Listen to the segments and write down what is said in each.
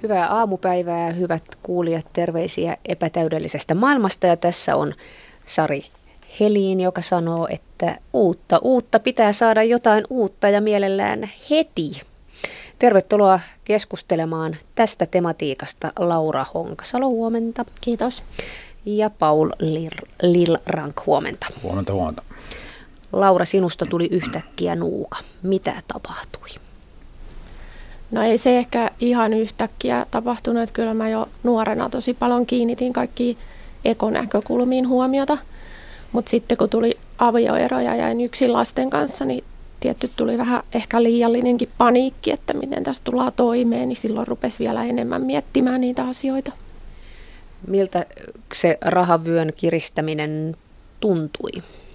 Hyvää aamupäivää, hyvät kuulijat, terveisiä epätäydellisestä maailmasta. Ja tässä on Sari Helin, joka sanoo, että uutta pitää saada jotain uutta ja mielellään heti. Tervetuloa keskustelemaan tästä tematiikasta Laura Honkasalo, huomenta. Kiitos. Ja Paul Lillrank, huomenta. Huomenta. Laura, sinusta tuli yhtäkkiä nuuka. Mitä tapahtui? No ei se ehkä ihan yhtäkkiä tapahtunut, että kyllä mä jo nuorena tosi paljon kiinnitin kaikkiin ekonäkökulmiin huomiota. Mutta sitten kun tuli avioero ja jäin yksin lasten kanssa, niin tietty tuli vähän ehkä liiallinenkin paniikki, että miten tässä tullaan toimeen, niin silloin rupesi vielä enemmän miettimään niitä asioita. Miltä se rahavyön kiristäminen tuntui?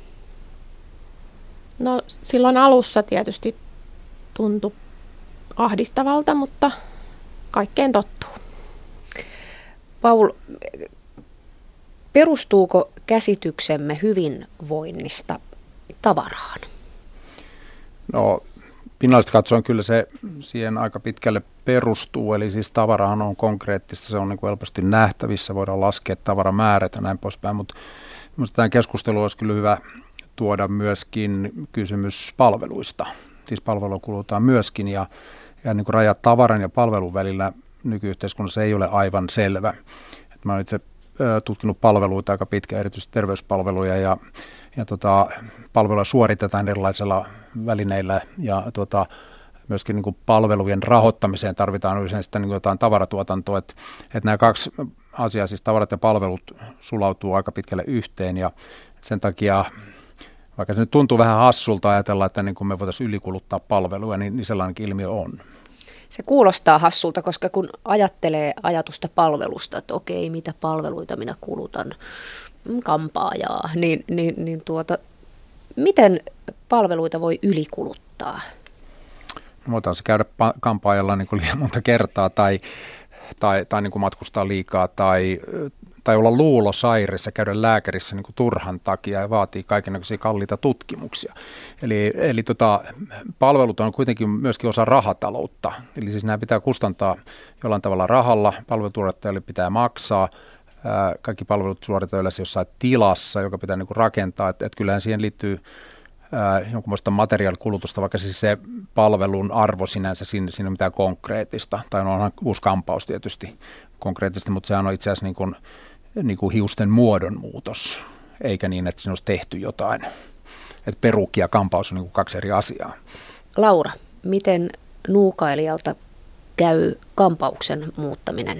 No silloin alussa tietysti tuntui ahdistavalta, mutta kaikkeen tottuu. Paul, perustuuko käsityksemme hyvinvoinnista tavaraan? No pinnallisesti katsoen kyllä se siihen aika pitkälle perustuu, eli siis tavarahan on konkreettista, se on niin kuin helposti nähtävissä, voidaan laskea tavaramäärät ja näin poispäin, mutta minusta tämän keskustelun olisi kyllä hyvä tuoda myöskin kysymys palveluista. Siis palvelua kulutaan myöskin ja niin kuin rajat tavaran ja palvelun välillä nykyyhteiskunnassa ei ole aivan selvä. Mä olen itse tutkinut palveluita aika pitkään, erityisesti terveyspalveluja ja palveluja suoritetaan erilaisilla välineillä ja myöskin niin kuin palvelujen rahoittamiseen tarvitaan yleensä niin jotain tavaratuotantoa. Että nämä kaksi asiaa, siis tavarat ja palvelut, sulautuu aika pitkälle yhteen ja sen takia, vaikka se nyt tuntuu vähän hassulta ajatella, että niin kuin me voitaisiin ylikuluttaa palveluja, niin sellainenkin ilmiö on. Se kuulostaa hassulta, koska kun ajattelee ajatusta palvelusta, että okei, mitä palveluita minä kulutan, kampaajaa, miten palveluita voi ylikuluttaa? No, voidaan se käydä kampaajalla niin kuin liian monta kertaa tai niin kuin matkustaa liikaa tai olla luulosairaissa, käydä lääkärissä niin kuin turhan takia ja vaatii kaikennäköisiä kalliita tutkimuksia. Eli palvelut on kuitenkin myöskin osa rahataloutta. Eli siis nämä pitää kustantaa jollain tavalla rahalla, palvelutuottajille pitää maksaa, kaikki palvelut suoritetaan yleensä jossain tilassa, joka pitää niin kuin rakentaa. Että kyllähän siihen liittyy jonkunlaista materiaalikulutusta, vaikka siis se palvelun arvo sinänsä, siinä on mitään konkreettista. Tai onhan uusi kampaus tietysti konkreettista, mutta sehän on itse asiassa niin kuin hiusten muodonmuutos, eikä niin, että siinä olisi tehty jotain. Että perukki ja kampaus on niin kuin kaksi eri asiaa. Laura, miten nuukailijalta käy kampauksen muuttaminen?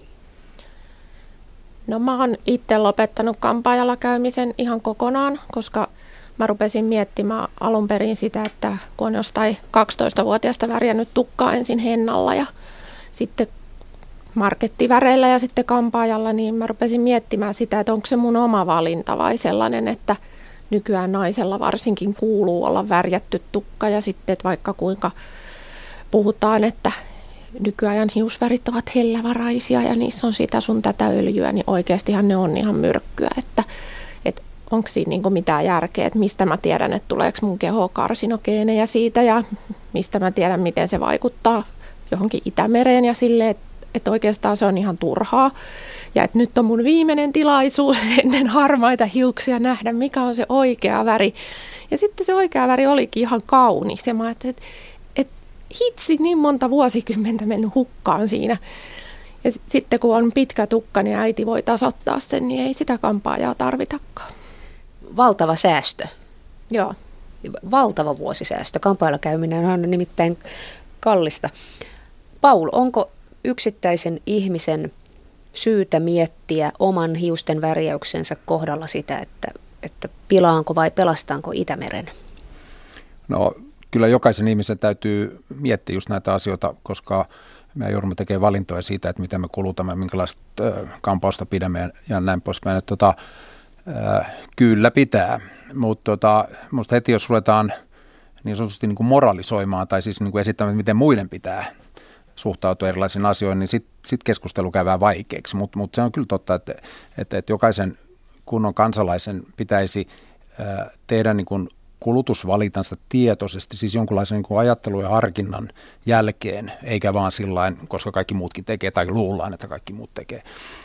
No mä oon itse lopettanut kampaajalla käymisen ihan kokonaan, koska mä rupesin miettimään alun perin sitä, että kun on jostain 12-vuotiaasta värjännyt tukkaa ensin hennalla ja sitten markettiväreillä ja sitten kampaajalla, niin mä rupesin miettimään sitä, että onko se mun oma valinta vai sellainen, että nykyään naisella varsinkin kuuluu olla värjätty tukka ja sitten, että vaikka kuinka puhutaan, että nykyajan hiusvärit ovat hellävaraisia ja niissä on sitä sun tätä öljyä, niin oikeastihan ne on ihan myrkkyä, että onko siinä niin mitään järkeä, että mistä mä tiedän, että tuleeko mun kehoon karsinogeenejä siitä ja mistä mä tiedän, miten se vaikuttaa johonkin Itämereen ja silleen, että oikeastaan se on ihan turhaa. Ja että nyt on mun viimeinen tilaisuus ennen harmaita hiuksia nähdä, mikä on se oikea väri. Ja sitten se oikea väri olikin ihan kaunis. Ja mä ajattelin, että hitsi, niin monta vuosikymmentä mennyt hukkaan siinä. Ja sitten kun on pitkä tukka, niin äiti voi tasoittaa sen, niin ei sitä kampaajaa tarvitakaan. Valtava säästö. Joo. Valtava vuosisäästö. Kampailla käyminen on nimittäin kallista. Paul, onko yksittäisen ihmisen syytä miettiä oman hiusten värjäyksensä kohdalla sitä, että pilaanko vai pelastaanko Itämeren? No kyllä jokaisen ihmisen täytyy miettiä just näitä asioita, koska me joudumme tekemään valintoja siitä, että miten me kulutamme, minkälaista kampausta pidämme ja näin poispäin. Kyllä pitää, mutta minusta heti jos ruvetaan niin sanotusti niin kuin moralisoimaan tai siis niin kuin esittämään, miten muiden pitää suhtautua erilaisiin asioihin, niin sit keskustelu käy vähän vaikeaksi. Mutta se on kyllä totta, että jokaisen kunnon kansalaisen pitäisi tehdä niin kuin kulutusvalintansa tietoisesti, siis jonkunlaisen niin kuin ajattelun ja harkinnan jälkeen, eikä vaan sillain, koska kaikki muutkin tekee tai luullaan, että kaikki muut tekee.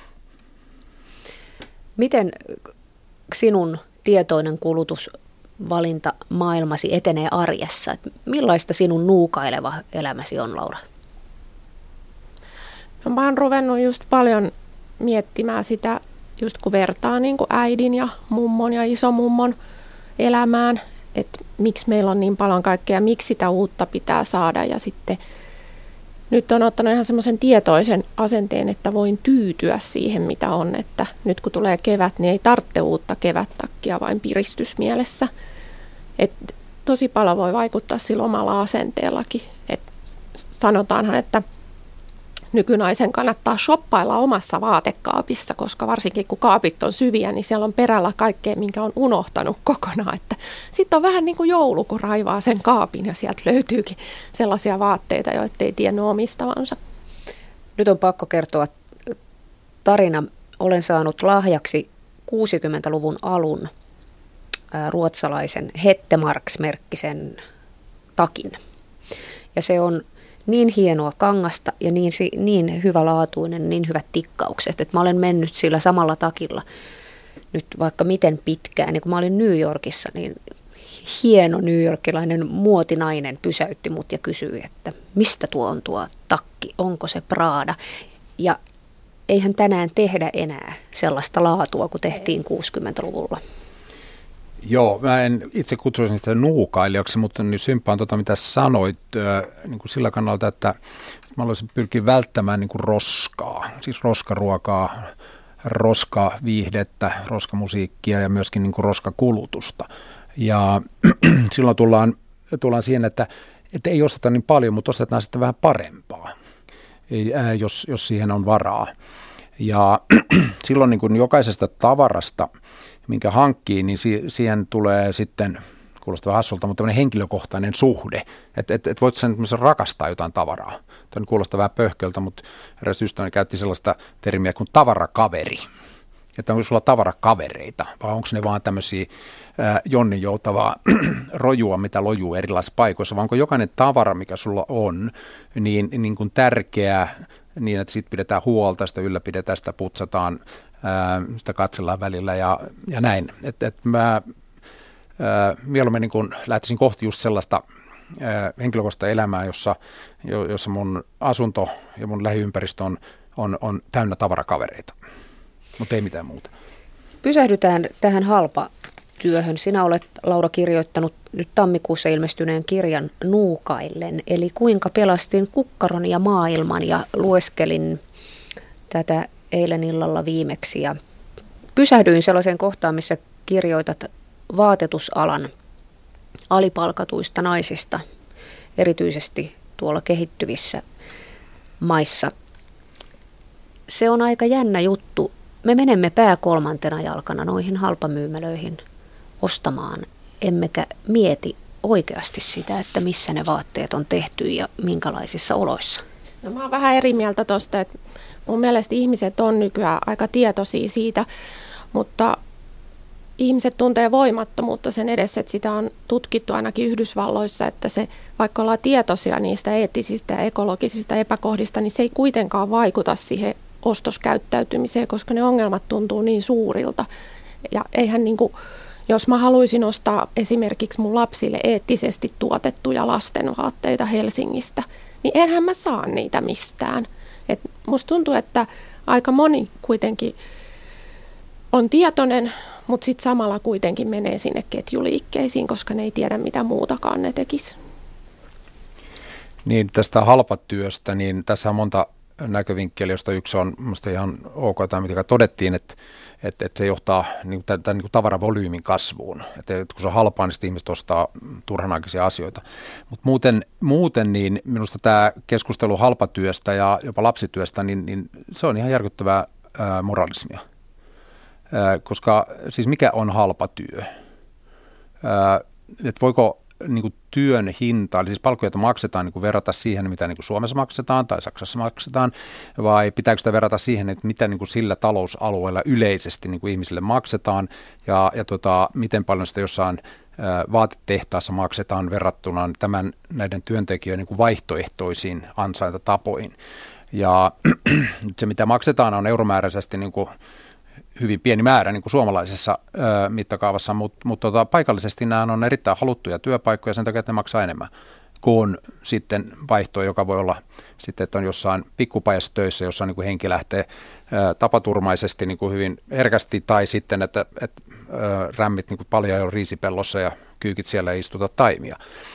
Miten sinun tietoinen kulutusvalinta maailmasi etenee arjessa? Et millaista sinun nuukaileva elämäsi on, Laura? No, mä oon ruvennut just paljon miettimään sitä, just kun vertaa niin kuin äidin ja mummon ja isomummon elämään, että miksi meillä on niin paljon kaikkea, miksi sitä uutta pitää saada. Ja sitten nyt on ottanut ihan semmoisen tietoisen asenteen, että voin tyytyä siihen, mitä on. Että nyt kun tulee kevät, niin ei tarvitse uutta kevättakkia, vain piristysmielessä. Et tosi paljon voi vaikuttaa sillä omalla asenteellakin. Et sanotaanhan, että nykynaisen kannattaa shoppailla omassa vaatekaapissa, koska varsinkin kun kaapit on syviä, niin siellä on perällä kaikkea, minkä on unohtanut kokonaan. Sitten on vähän niin kuin joulu, kun raivaa sen kaapin ja sieltä löytyykin sellaisia vaatteita, joita ei tiennyt omistavansa. Nyt on pakko kertoa tarina. Olen saanut lahjaksi 60-luvun alun ruotsalaisen Hettemarks-merkkisen takin. Ja se on niin hienoa kangasta ja niin hyvälaatuinen, niin hyvät tikkaukset, että mä olen mennyt sillä samalla takilla nyt vaikka miten pitkään. Niin kun mä olin New Yorkissa, niin hieno newyorkilainen muotinainen pysäytti mut ja kysyi, että mistä tuo on tuo takki, onko se Prada. Ja eihän tänään tehdä enää sellaista laatua kuin tehtiin 60-luvulla. Joo, mä en itse kutsuisin sitä nuukailijaksi, mutta niin sympaan mitä sanoit niin kuin sillä kannalta, että mä haluaisin pyrkiä välttämään niin kuin roskaa, siis roskaruokaa, roskaviihdettä, roskamusiikkia ja myöskin niin kuin roskakulutusta. Ja silloin tullaan siihen, että ei osteta niin paljon, mutta ostetaan sitten vähän parempaa, jos siihen on varaa. Ja silloin niin kuin jokaisesta tavarasta, minkä hankkii, niin siihen tulee sitten, kuulostaa vähän hassulta, mutta tämmöinen henkilökohtainen suhde. Että voit sen rakastaa jotain tavaraa. Tämä kuulostaa vähän pöhköltä, mutta eräs ystäväni käytti sellaista termiä kuin tavarakaveri. Että onko sulla tavarakavereita, vai onko ne vaan tämmöisiä jonninjoutavaa rojua, mitä lojuu erilaisissa paikoissa, vai onko jokainen tavara, mikä sulla on, niin kuin tärkeä, niin että siitä pidetään huolta, sitä ylläpidetään, sitä putsataan, sitä katsellaan välillä ja näin. Mä mieluummin niin kun lähtisin kohti just sellaista henkilökohtaista elämää, jossa mun asunto ja mun lähiympäristö on täynnä tavarakavereita, mutta ei mitään muuta. Pysähdytään tähän halpatyöhön. Sinä olet, Laura, kirjoittanut nyt tammikuussa ilmestyneen kirjan Nuukaillen, eli kuinka pelastin kukkaron ja maailman, ja lueskelin tätä eilen illalla viimeksi ja pysähdyin sellaiseen kohtaan, missä kirjoitat vaatetusalan alipalkatuista naisista, erityisesti tuolla kehittyvissä maissa. Se on aika jännä juttu. Me menemme pää kolmantena jalkana noihin halpamyymälöihin ostamaan, emmekä mieti oikeasti sitä, että missä ne vaatteet on tehty ja minkälaisissa oloissa. No, mä oon vähän eri mieltä tuosta, että mun mielestä ihmiset on nykyään aika tietoisia siitä, mutta ihmiset tuntee voimattomuutta sen edessä, että sitä on tutkittu ainakin Yhdysvalloissa, että se, vaikka ollaan tietoisia niistä eettisistä ja ekologisista epäkohdista, niin se ei kuitenkaan vaikuta siihen ostoskäyttäytymiseen, koska ne ongelmat tuntuu niin suurilta. Ja eihän jos mä haluaisin ostaa esimerkiksi mun lapsille eettisesti tuotettuja lastenvaatteita Helsingistä, niin enhän mä saa niitä mistään. Et musta tuntuu, että aika moni kuitenkin on tietoinen, mutta sitten samalla kuitenkin menee sinne ketjuliikkeisiin, koska ne ei tiedä mitä muutakaan ne tekisi. Niin, tästä halpatyöstä, niin tässä on monta näkövinkkeliä, josta yksi on minusta ihan ok, mitä todettiin, että se johtaa niin kuin tavaravolyymin kasvuun. Että kun se on halpaa, niin ihmiset ostaa turhanaikaisia asioita. Mutta muuten niin minusta tämä keskustelu halpatyöstä ja jopa lapsityöstä, niin se on ihan järkyttävää moralismia. Koska siis mikä on halpa työ? Että voiko niin kuin työn hinta, eli siis palkkoja, joita maksetaan, niin kuin verrata siihen, mitä niin kuin Suomessa maksetaan tai Saksassa maksetaan, vai pitääkö sitä verrata siihen, että mitä niin kuin sillä talousalueella yleisesti niin kuin ihmisille maksetaan, ja miten paljon sitä jossain vaatetehtaassa maksetaan verrattuna näiden työntekijöiden niin kuin vaihtoehtoisiin ansaintatapoihin. Ja se, mitä maksetaan, on euromääräisesti niin kuin hyvin pieni määrä niin kuin suomalaisessa mittakaavassa, mutta paikallisesti nämä on erittäin haluttuja työpaikkoja sen takia, että ne maksaa enemmän kuin sitten vaihtoehto, joka voi olla sitten, että on jossain pikkupajassa töissä, jossa niin kuin henki lähtee tapaturmaisesti niin kuin hyvin herkästi, tai sitten, että rämmit niin kuin paljon on riisipellossa ja kyykit siellä ei istuta taimia.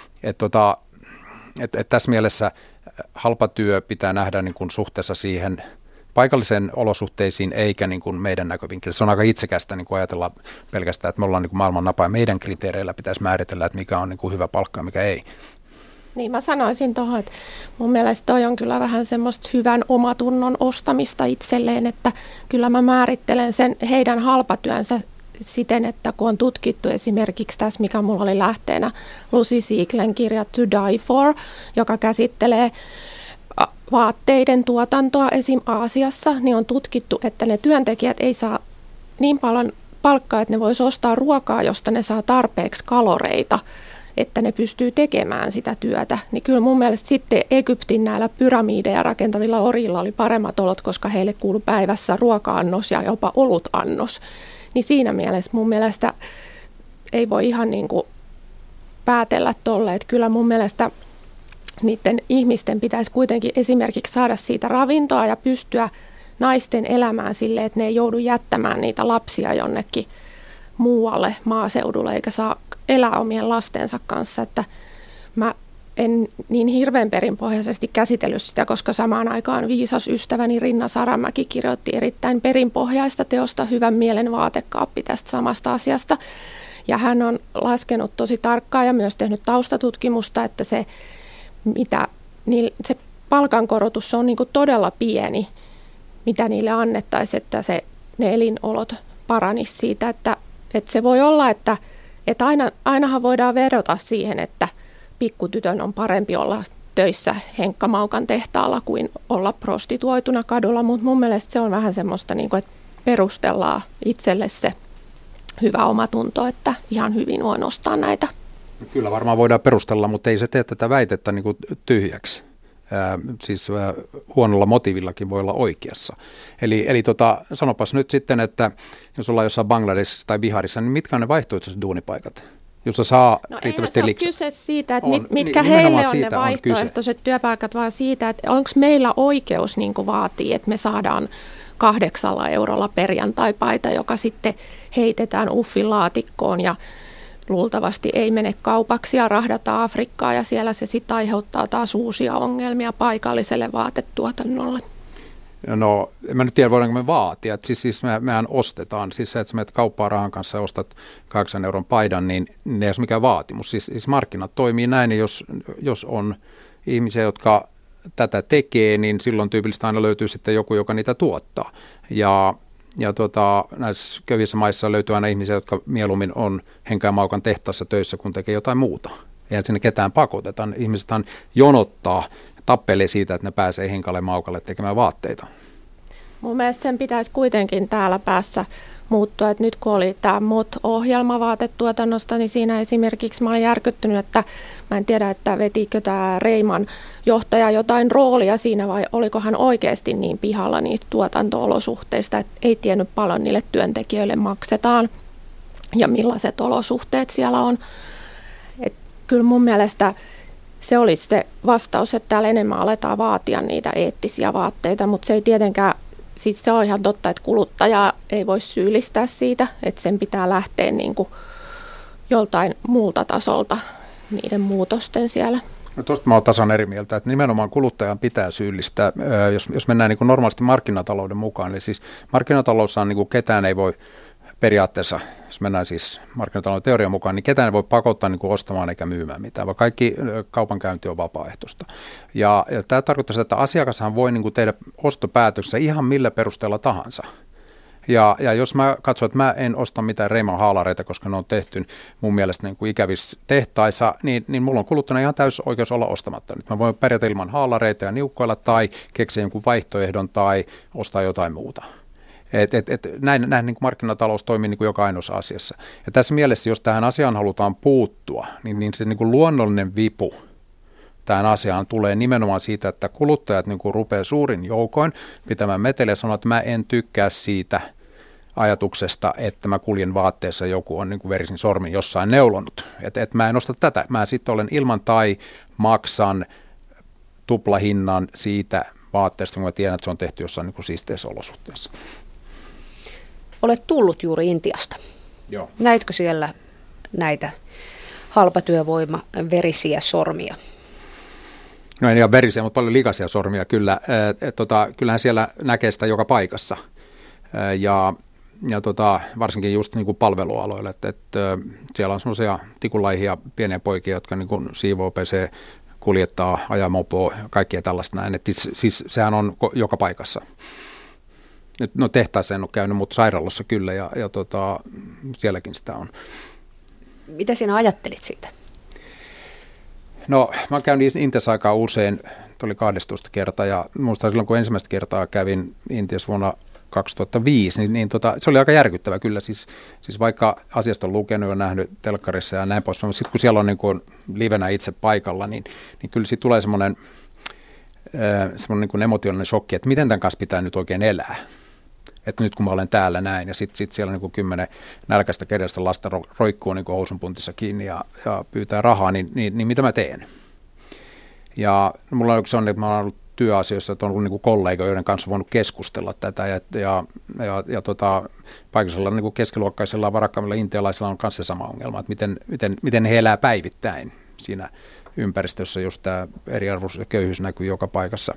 Tässä mielessä halpatyö pitää nähdä niin kuin suhteessa siihen paikallisen olosuhteisiin eikä niin kuin meidän näkövinkkelistä. Se on aika itsekästä niin kuin ajatella pelkästään, että me ollaan niin kuin maailman napa ja meidän kriteereillä pitäisi määritellä, että mikä on niin kuin hyvä palkka ja mikä ei. Niin mä sanoisin tuohon, että mun mielestä toi on kyllä vähän semmoista hyvän omatunnon ostamista itselleen, että kyllä mä määrittelen sen heidän halpatyönsä siten, että kun on tutkittu esimerkiksi tässä, mikä mulla oli lähteenä, Lucy Sieglen kirja To Die For, joka käsittelee vaatteiden tuotantoa esim. Aasiassa, niin on tutkittu, että ne työntekijät ei saa niin paljon palkkaa, että ne vois ostaa ruokaa, josta ne saa tarpeeksi kaloreita, että ne pystyy tekemään sitä työtä. Niin kyllä mun mielestä sitten Egyptin näillä pyramideja rakentavilla orilla oli paremmat olot, koska heille kuului päivässä ruoka-annos ja jopa olutannos. Niin siinä mielessä mun mielestä ei voi ihan niin kuin päätellä tolle, että kyllä mun mielestä niiden ihmisten pitäisi kuitenkin esimerkiksi saada siitä ravintoa ja pystyä naisten elämään silleen, että ne ei joudu jättämään niitä lapsia jonnekin muualle maaseudulle eikä saa elää omien lastensa kanssa. Että mä en niin hirveän perinpohjaisesti käsitellyt sitä, koska samaan aikaan viisas ystäväni Rinna Saramäki kirjoitti erittäin perinpohjaista teosta Hyvän mielen vaatekaappi tästä samasta asiasta. Ja hän on laskenut tosi tarkkaan ja myös tehnyt taustatutkimusta, että se palkankorotus on niin kuin todella pieni, mitä niille annettaisiin, että ne elinolot paranisi siitä, että se voi olla, että ainahan voidaan vedota siihen, että pikkutytön on parempi olla töissä Henkka Maukan tehtaalla kuin olla prostituoituna kadulla, mutta mun mielestä se on vähän semmoista, niin kuin, että perustellaan itselle se hyvä omatunto, että ihan hyvin voi nostaa näitä. Kyllä varmaan voidaan perustella, mutta ei se tee tätä väitettä niin kuin tyhjäksi. Siis huonolla motiivillakin voi olla oikeassa. Eli sanopas nyt sitten, että jos ollaan jossain Bangladesissa tai Biharissa, niin mitkä on ne vaihtoehtoiset duunipaikat, jossa saa riittävästi liksaa? No ei se ole kyse siitä, että mitkä heille on ne vaihtoehtoiset työpaikat, vaan siitä, että onko meillä oikeus niin kuin vaatii, että me saadaan 8 eurolla perjantaipaita, joka sitten heitetään uffilaatikkoon ja luultavasti ei mene kaupaksi ja rahdataan Afrikkaan ja siellä se sitten aiheuttaa taas uusia ongelmia paikalliselle vaatetuotannolle. No, en mä nyt tiedä, voidaanko me vaatia. Siis mehän ostetaan. Siis se, että sä menet kauppaan rahan kanssa ja ostat 8 euron paidan, niin ne ei ole mikään vaatimus. Siis markkinat toimii näin, niin jos on ihmisiä, jotka tätä tekee, niin silloin tyypillisesti aina löytyy sitten joku, joka niitä tuottaa. Ja näissä köyhissä maissa löytyy aina ihmisiä, jotka mieluummin on Henkka ja Maukan tehtaassa töissä, kun tekee jotain muuta. Eihän sinne ketään pakoteta. Ihmisethän jonottaa, tappelee siitä, että ne pääsee Henkalle ja Maukalle tekemään vaatteita. Mun mielestä sen pitäisi kuitenkin täällä päässä muuttua, että nyt kun oli tämä MOT-ohjelma vaatetuotannosta, niin siinä esimerkiksi mä olin järkyttynyt, että mä en tiedä, että vetikö tämä Reiman johtaja jotain roolia siinä vai oliko hän oikeasti niin pihalla niistä tuotanto-olosuhteista, että ei tiennyt paljon niille työntekijöille maksetaan ja millaiset olosuhteet siellä on. Et kyllä mun mielestä se olisi se vastaus, että täällä enemmän aletaan vaatia niitä eettisiä vaatteita, mutta se ei tietenkään. Siis se on ihan totta, että kuluttaja ei voi syyllistää siitä, että sen pitää lähteä niin kuin joltain muulta tasolta niiden muutosten siellä. No tuosta mä oon tasan eri mieltä, että nimenomaan kuluttajan pitää syyllistää, jos mennään niin kuin normaalisti markkinatalouden mukaan. Eli siis markkinataloudessa on niin kuin ketään ei voi periaatteessa, jos mennään siis markkinatalouden teorian mukaan, niin ketään ei voi pakottaa niin kuin ostamaan eikä myymään mitään, vaan kaikki kaupankäynti on vapaaehtoista. Ja tämä tarkoittaa sitä, että asiakashan voi niin kuin tehdä ostopäätöksessä ihan millä perusteella tahansa. Ja jos mä katson, että mä en osta mitään Reiman haalareita, koska ne on tehty mun mielestä niin kuin ikävissä tehtaissa, niin mulla on kuluttajana ihan täys oikeus olla ostamatta. Nyt mä voin pärjätä ilman haalareita ja niukkoilla tai keksiä jonkun vaihtoehdon tai ostaa jotain muuta. Näin niin kuin markkinatalous toimii niin kuin joka ainoassa asiassa. Ja tässä mielessä, jos tähän asiaan halutaan puuttua, niin se niin kuin luonnollinen vipu tähän asiaan tulee nimenomaan siitä, että kuluttajat niin kuin rupeaa suurin joukoin pitämään meteliä ja sanoo, että mä en tykkää siitä ajatuksesta, että mä kuljen vaatteessa, joku on niin kuin verisin sormin jossain neulonut. Että mä en osta tätä. Mä sitten olen ilman tai maksan tuplahinnan siitä vaatteesta, kun mä tiedän, että se on tehty jossain niin kuin siisteissä olosuhteissa. Olet tullut juuri Intiasta. Joo. Näitkö siellä näitä halpatyövoimaverisiä sormia? No en ihan verisiä, mutta paljon likaisia sormia kyllä. Kyllähän siellä näkee sitä joka paikassa. Ja varsinkin just niin kuin palvelualoilla, että siellä on semmoisia tikulaihia pieniä poikia, jotka niin kuin siivoo, pesee, kuljettaa, ajaa mopoa, kaikkea tällaista näin. Että siis sehän on joka paikassa. No tehtaissa en ole käynyt, mutta sairaalassa kyllä ja sielläkin sitä on. Mitä sinä ajattelit siitä? No mä käyn Intiassa aika usein, tuli 12 kertaa ja muistan silloin kun ensimmäistä kertaa kävin Intiassa vuonna 2005, niin se oli aika järkyttävä kyllä, siis vaikka asiasta on lukenut ja nähnyt telkkarissa ja näin poispäin, mutta sitten kun siellä on niin kuin livenä itse paikalla, niin kyllä siitä tulee semmoinen niin kuin emotionaalinen shokki, että miten tämän kanssa pitää nyt oikein elää. Että nyt kun mä olen täällä näin ja sitten siellä niin kuin 10 nälkäistä kerrasta lasta roikkuu niin kuin housunpuntissa kiinni ja pyytää rahaa, niin mitä mä teen? Ja mulla on yksi on, että mä oon ollut työasioissa, että on ollut niin kuin kollegoja, joiden kanssa on voinut keskustella tätä ja paikallisella niin kuin keskiluokkaisella varakkaimmilla intialaisilla on myös se sama ongelma, että miten he elää päivittäin siinä ympäristössä, jos tämä eriarvoisuus ja köyhyys näkyy joka paikassa.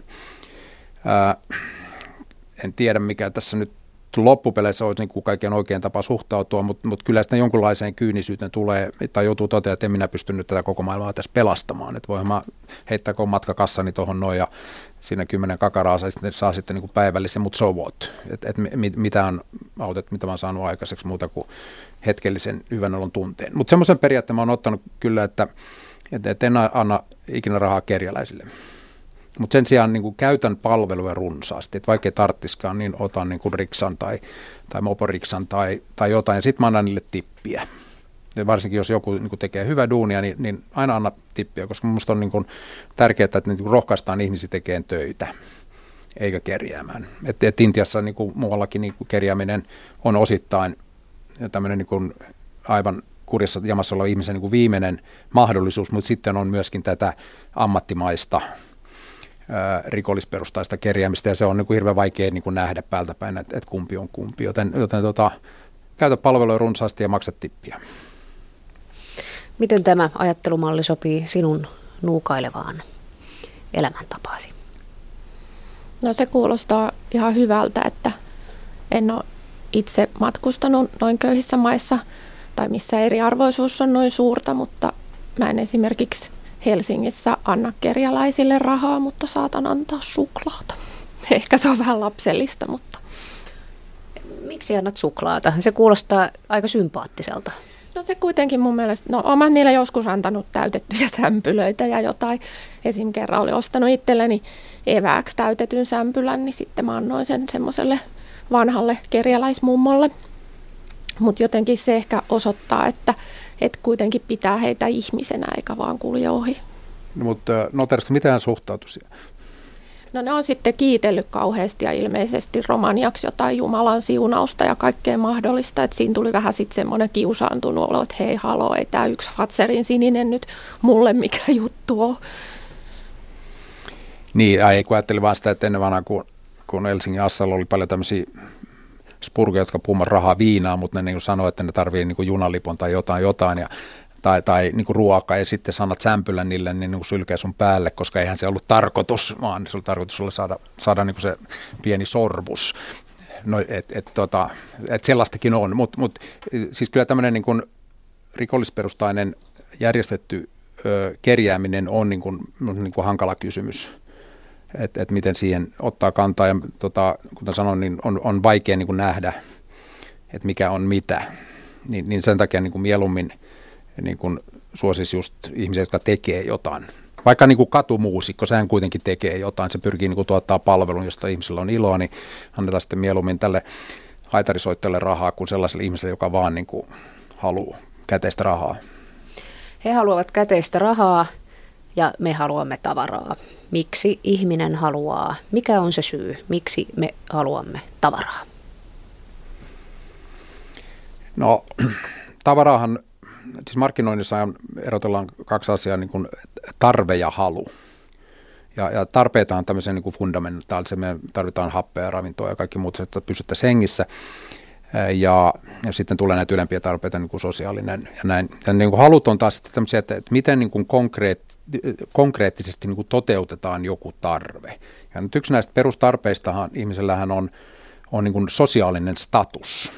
En tiedä, mikä tässä nyt loppupeleissä olisi niin kuin kaiken oikein tapa suhtautua, mutta kyllä sitä jonkunlaiseen kyynisyyteen tulee, tai joutuu toteamaan, että en minä pysty nyt tätä koko maailmaa tässä pelastamaan. Että voin mä heittää matkakassani tuohon noin ja siinä 10 kakaraa saa sitten niin kuin päivällisen, mutta so what? Mitä on autet, mitä mä oon saanut aikaiseksi muuta kuin hetkellisen hyvän olon tunteen. Mutta semmoisen periaatteen mä oon ottanut kyllä, että en anna ikinä rahaa kerjäläisille. Mutta sen sijaan niin kuin käytän palveluja runsaasti, että vaikka ei tarttiskaan, niin otan niin kuin riksan tai moporiksan tai jotain, ja sitten mä annan niille tippiä. Ja varsinkin jos joku niin kuin tekee hyvää duunia, niin aina anna tippiä, koska minusta on niin kuin tärkeää, että niin kuin rohkaistaan ihmisiä tekemään töitä, eikä kerjäämään. Et Intiassa niin kuin muuallakin niin kuin kerjääminen on osittain tämmöinen niin kuin aivan kurjassa jamassa oleva ihmisen niin kuin viimeinen mahdollisuus, mutta sitten on myöskin tätä ammattimaista rikollisperustaista kerjäämistä, ja se on niin kuin hirveän vaikea niin kuin nähdä päältä päin, että kumpi on kumpi, joten käytä palveluja runsaasti ja maksa tippiä. Miten tämä ajattelumalli sopii sinun nuukailevaan elämäntapaasi? No se kuulostaa ihan hyvältä, että en ole itse matkustanut noin köyhissä maissa tai missä eriarvoisuus on noin suurta, mutta mä en esimerkiksi Helsingissä anna kerjäläisille rahaa, mutta saatan antaa suklaata. Ehkä se on vähän lapsellista, mutta... Miksi annat suklaata? Se kuulostaa aika sympaattiselta. No se kuitenkin mun mielestä, olen niille joskus antanut täytettyjä sämpylöitä ja jotain. Esim. Kerran oli ostanut itselleni evääksi täytetyn sämpylän, niin sitten mä annoin sen semmoiselle vanhalle kerjäläismummolle. Mutta jotenkin se ehkä osoittaa, että kuitenkin pitää heitä ihmisenä eikä vaan kulje ohi. No, mutta noterista, miten hän suhtautui siihen? No ne on sitten kiitellyt kauheasti ja ilmeisesti romaniaksi jotain Jumalan siunausta ja kaikkea mahdollista. Että siinä tuli vähän sitten semmoinen kiusaantunut olo, että hei haloo, ei tämä yksi Fatserin sininen nyt mulle mikä juttu on. Niin, kun ajattelin vaan sitä, että ennen vanhaa kun Helsingin Assalla oli paljon tämmöisiä spurgeja, jotka puhuvat rahaa viinaa, mutta ne niin sanoo, että ne tarvii niin junalipon tai jotain ja tai niin ruokaa ja sitten sanat sämpylän niille, niin sylkee sun päälle, koska eihän se ollut tarkoitus, vaan se oli tarkoitus sulle saada niin se pieni sorbus. No, et sellaistakin on, mutta siis kyllä tämmöinen niin rikollisperustainen järjestetty kerjääminen on niin kuin hankala kysymys. Että miten siihen ottaa kantaa ja kuten sanoin, niin on vaikea niin kuin nähdä, että mikä on mitä. Niin sen takia niin kuin mieluummin niin kuin suosisi just ihmisiä, jotka tekee jotain. Vaikka niin kuin katumuusikko, sehän kuitenkin tekee jotain. Se pyrkii niin kuin tuottaa palvelun, josta ihmisillä on iloa, niin annetaan sitten mieluummin tälle haitarisoittajille rahaa kuin sellaiselle ihmiselle, joka vaan niin kuin haluaa käteistä rahaa. He haluavat käteistä rahaa ja me haluamme tavaraa. Miksi ihminen haluaa? Mikä on se syy? Miksi me haluamme tavaraa? No tavaraahan, siis markkinoinnissa erotellaan kaksi asiaa, niin kuin tarve ja halu. Ja tarpeita on tämmöisen niin kuin fundamentaalisen, me tarvitaan happea ja ravintoa ja kaikki muut, että pysyttäisiin hengissä. Ja sitten tulee näitä ylempiä tarpeita, niin kuin sosiaalinen ja näin. Ja niin kuin halut on taas sitten tämmöisiä, että miten niin kuin konkreettisesti niin kuin toteutetaan joku tarve. Ja nyt yksi näistä perustarpeistahan ihmisellähän on niin kuin sosiaalinen status.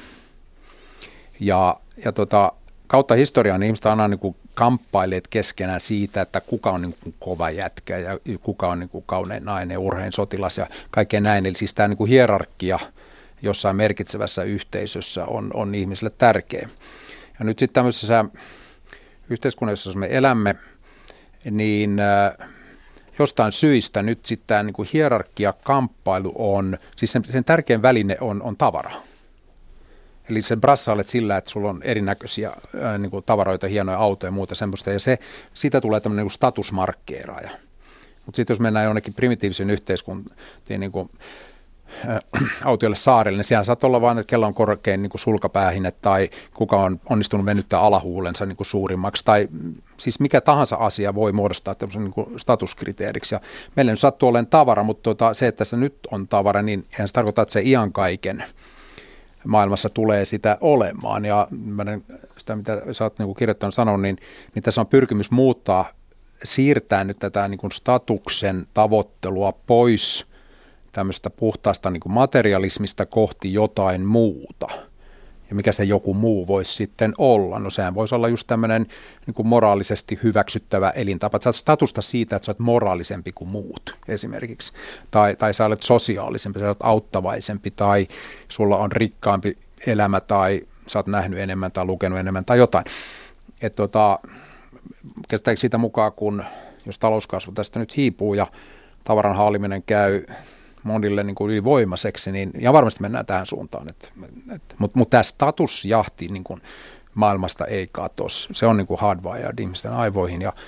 Ja kautta historiaan ihmiset aina niin kuin kamppaileet keskenään siitä, että kuka on niin kuin kova jätkä ja kuka on niin kuin kaunein nainen, urhein sotilas ja kaikkea näin. Eli siis tämä niin kuin hierarkia jossain merkitsevässä yhteisössä on ihmisille tärkeä. Ja nyt sitten tämmöisessä yhteiskunnassa, jossa me elämme, niin jostain syistä nyt sitten tämä niin kuin hierarkiakamppailu on, siis sen tärkein väline on tavara. Eli se brassailet sillä, että sulla on erinäköisiä niin kuin tavaroita, hienoja autoja ja muuta semmoista, ja siitä tulee tämmöinen niin kuin statusmarkkeeraaja. Mutta sitten jos mennään jonnekin primitiivisen yhteiskuntiin, niin kuin autiolle saarelle, niin siellä saattaa olla vain, että kellä on korkein niin kuin sulkapäähine tai kuka on onnistunut venyttää alahuulensa niin kuin suurimmaksi tai siis mikä tahansa asia voi muodostaa tämmöisen niin kuin statuskriteeriksi. Ja meillä nyt sattuu olemaan tavara, mutta se, että se nyt on tavara, niin eihän se tarkoita, että se iän kaiken maailmassa tulee sitä olemaan. Ja sitä, mitä sä oot niin kuin kirjoittanut sanonut, niin tässä on pyrkimys siirtää nyt tätä niin kuin statuksen tavoittelua pois tämmöistä puhtaasta niin kuin materialismista kohti jotain muuta. Ja mikä se joku muu voisi sitten olla? No sehän voisi olla just tämmöinen niin kuin moraalisesti hyväksyttävä elintapa. Sä oot statusta siitä, että sä oot moraalisempi kuin muut esimerkiksi. Tai sä olet sosiaalisempi, sä olet auttavaisempi tai sulla on rikkaampi elämä tai sä oot nähnyt enemmän tai lukenut enemmän tai jotain. Että käsittääkö siitä mukaan, kun jos talouskasvu tästä nyt hiipuu ja tavaran haaliminen käy monille niin kuin ylivoimaiseksi, niin ja varmasti mennään tähän suuntaan. Mutta tämä statusjahti niin kuin maailmasta ei katosi. Se on niin kuin hardwired ihmisten aivoihin ja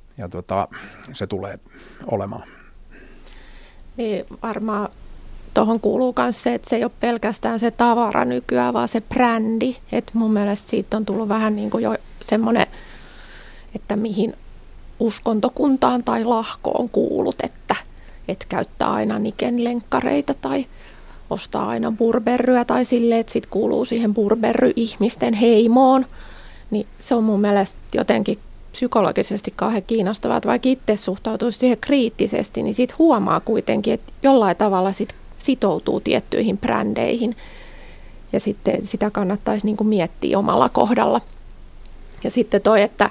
se tulee olemaan. Niin varmaan tuohon kuuluu myös se, että se ei ole pelkästään se tavara nykyään, vaan se brändi. Et mun mielestä siitä on tullut vähän niin kuin jo semmoinen, että mihin uskontokuntaan tai lahkoon kuulut, että käyttää aina Niken-lenkkareita tai ostaa aina burberryä tai silleen, että sit kuuluu siihen burberry-ihmisten heimoon. Niin se on mun mielestä jotenkin psykologisesti kauhean kiinnostavaa, että vaikka itse suhtautuisi siihen kriittisesti, niin sit huomaa kuitenkin, että jollain tavalla sit sitoutuu tiettyihin brändeihin ja sitten sitä kannattaisi niin kuin miettiä omalla kohdalla. Ja sitten toi, että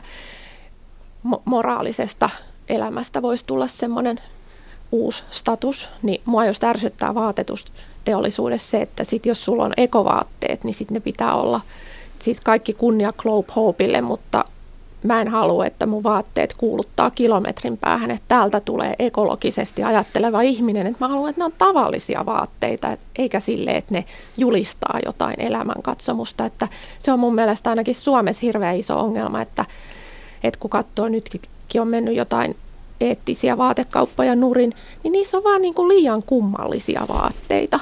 moraalisesta elämästä voisi tulla semmoinen uusi status, niin mua just ärsyttää vaatetusteollisuudessa se, että sit jos sulla on ekovaatteet, niin sitten ne pitää olla, siis kaikki kunnia Globe Hopeille, mutta mä en halua, että mun vaatteet kuuluttaa kilometrin päähän, että täältä tulee ekologisesti ajatteleva ihminen, että mä haluan, että ne on tavallisia vaatteita, eikä silleen, että ne julistaa jotain elämänkatsomusta, että se on mun mielestä ainakin Suomessa hirveän iso ongelma, että kun katsoo nytkin on mennyt jotain eettisiä vaatekauppoja nurin, niin niissä on vaan niin kuin liian kummallisia vaatteita.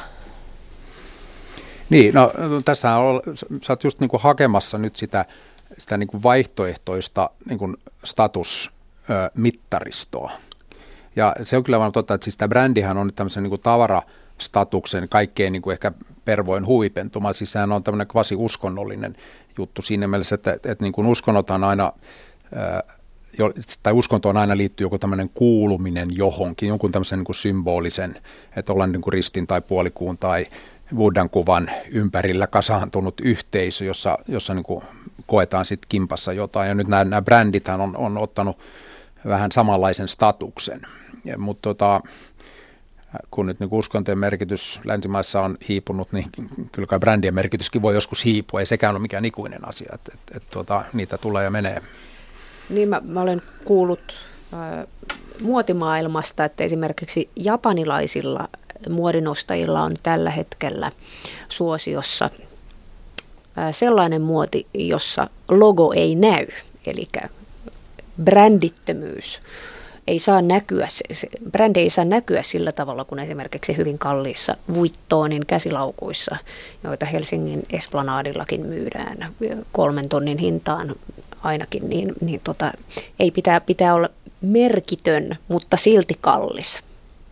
Niin, no tässä sä oot just niin kuin hakemassa nyt sitä niin kuin vaihtoehtoista niin kuin statusmittaristoa. Ja se on kyllä vaan totta, että siis tämä brändihän on nyt tämmöisen niin kuin tavarastatuksen kaikkein niin kuin ehkä pervoin huipentuma. Siis sehän on tämmöinen kvasi uskonnollinen juttu siinä mielessä, että niin kuin uskonnothan aina tai uskontoon aina liittyy joku tämmöinen kuuluminen johonkin, jonkun tämmöisen niin kuin symbolisen, että ollaan niin kuin ristin tai puolikuun tai Buddhan kuvan ympärillä kasaantunut yhteisö, jossa niin kuin koetaan sitten kimpassa jotain. Ja nyt nämä brändithän on ottanut vähän samanlaisen statuksen. Mutta kun nyt niin uskontojen merkitys länsimaissa on hiipunut, niin kyllä kai brändien merkityskin voi joskus hiipua. Ei sekään ole mikään ikuinen asia, että niitä tulee ja menee. Niin mä olen kuullut muotimaailmasta, että esimerkiksi japanilaisilla muodinostajilla on tällä hetkellä suosiossa sellainen muoti, jossa logo ei näy, eli brändittömyys ei saa näkyä, brändi ei saa näkyä sillä tavalla kuin esimerkiksi hyvin kalliissa Vuittoonin käsilaukuissa, joita Helsingin Esplanadillakin myydään 3 tonnin hintaan ainakin, niin ei pitää olla merkitön, mutta silti kallis.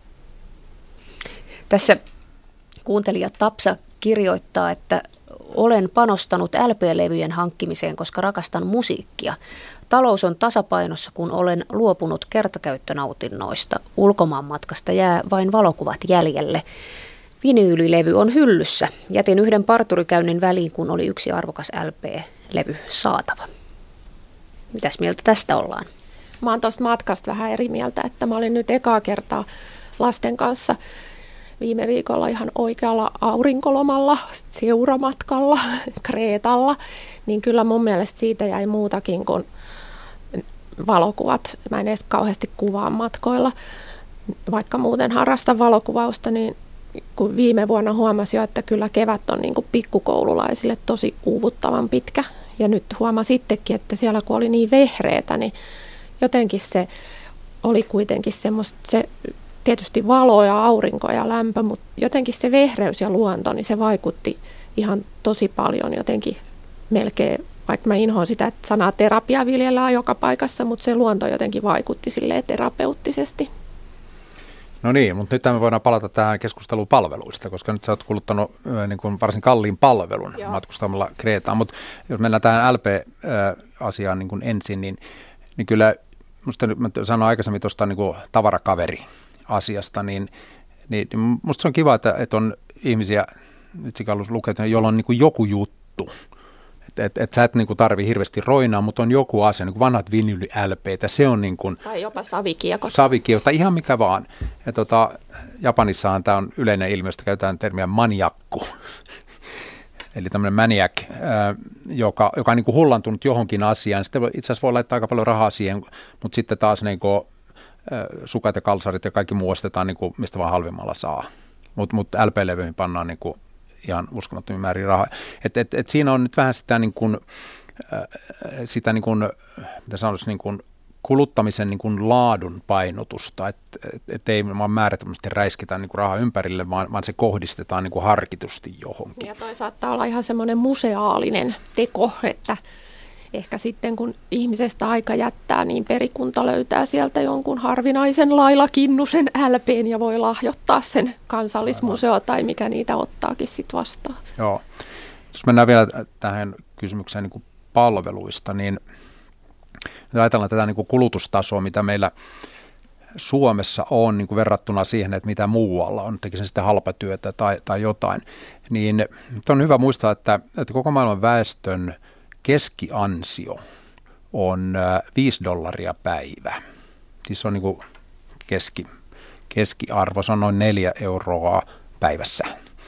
Tässä kuuntelija Tapsa kirjoittaa, että olen panostanut LP-levyjen hankkimiseen, koska rakastan musiikkia. Talous on tasapainossa, kun olen luopunut kertakäyttönautinnoista. Ulkomaanmatkasta jää vain valokuvat jäljelle. Vinyylilevy on hyllyssä. Jätin yhden parturikäynnin väliin, kun oli yksi arvokas LP-levy saatava. Mitäs mieltä tästä ollaan? Mä oon tuosta matkasta vähän eri mieltä, että mä olin nyt ekaa kertaa lasten kanssa viime viikolla ihan oikealla aurinkolomalla, seuramatkalla, Kreetalla, niin kyllä mun mielestä siitä jäi muutakin kuin valokuvat. Mä en edes kauheasti kuvaa matkoilla, vaikka muuten harrastan valokuvausta, niin kun viime vuonna huomasin jo, että kyllä kevät on niin kuin pikkukoululaisille tosi uuvuttavan pitkä. Ja nyt huomasin itsekin, että siellä kun oli niin vehreätä, niin jotenkin se oli kuitenkin semmoista, se tietysti valo ja aurinko ja lämpö, mutta jotenkin se vehreys ja luonto, niin se vaikutti ihan tosi paljon jotenkin melkein, vaikka mä inhoan sitä, että sanaa terapia viljellään joka paikassa, mutta se luonto jotenkin vaikutti silleen terapeuttisesti. No niin, mutta nyt me voidaan palata tähän keskusteluun palveluista, koska nyt sä oot kuluttanut niin kuin varsin kalliin palvelun matkustamalla Kreetaan, mutta jos mennään tähän LP-asiaan niin kuin ensin, niin kyllä musta nyt mä sanoin aikaisemmin tuosta niin kuin tavarakaveri-asiasta, niin musta se on kiva, että on ihmisiä, nyt sikallus lukee, jolla on niin kuin joku juttu. Että sä et niin kuin tarvii hirveästi roinaa, mutta on joku asia, niin kuin vanhat vinyli-LP:tä, se on niin kuin... Tai jopa savikiekot. Savikiekot, ihan mikä vaan. Ja Japanissahan tämä on yleinen ilmiö, josta käytetään termiä maniakku. Eli tämmöinen maniac, joka on niin kuin hullantunut johonkin asiaan. Sitten itse asiassa voi laittaa aika paljon rahaa siihen, mutta sitten taas niin kuin, sukat ja kalsarit ja kaikki muu ostetaan niin kuin, mistä vaan halvimmalla saa. Mutta LP-levyihin pannaan niin kuin ihan uskomattomia määrin rahaa. Et siinä on nyt vähän sitä, niin kuin, mitä sanoisi, niin kuin kuluttamisen niin kuin laadun painotusta, että ei vaan määrättömästi räiskitä niin kuin rahaa ympärille, vaan se kohdistetaan niin kuin harkitusti johonkin. Ja toi saattaa olla ihan semmoinen museaalinen teko, että ehkä sitten kun ihmisestä aika jättää, niin perikunta löytää sieltä jonkun harvinaisen Laila Kinnusen LP:n ja voi lahjoittaa sen Kansallismuseo tai mikä niitä ottaakin sitten vastaan. Joo. Jos mennään vielä tähän kysymykseen niin kuin palveluista, niin ajatellaan tätä niin kuin kulutustasoa, mitä meillä Suomessa on niin kuin verrattuna siihen, että mitä muualla on, tekisi sitten halpatyötä tai jotain, niin on hyvä muistaa, että koko maailman väestön keskiansio on $5 päivä. Siis on niin kuin keskiarvo, se on noin 4 euroa päivässä,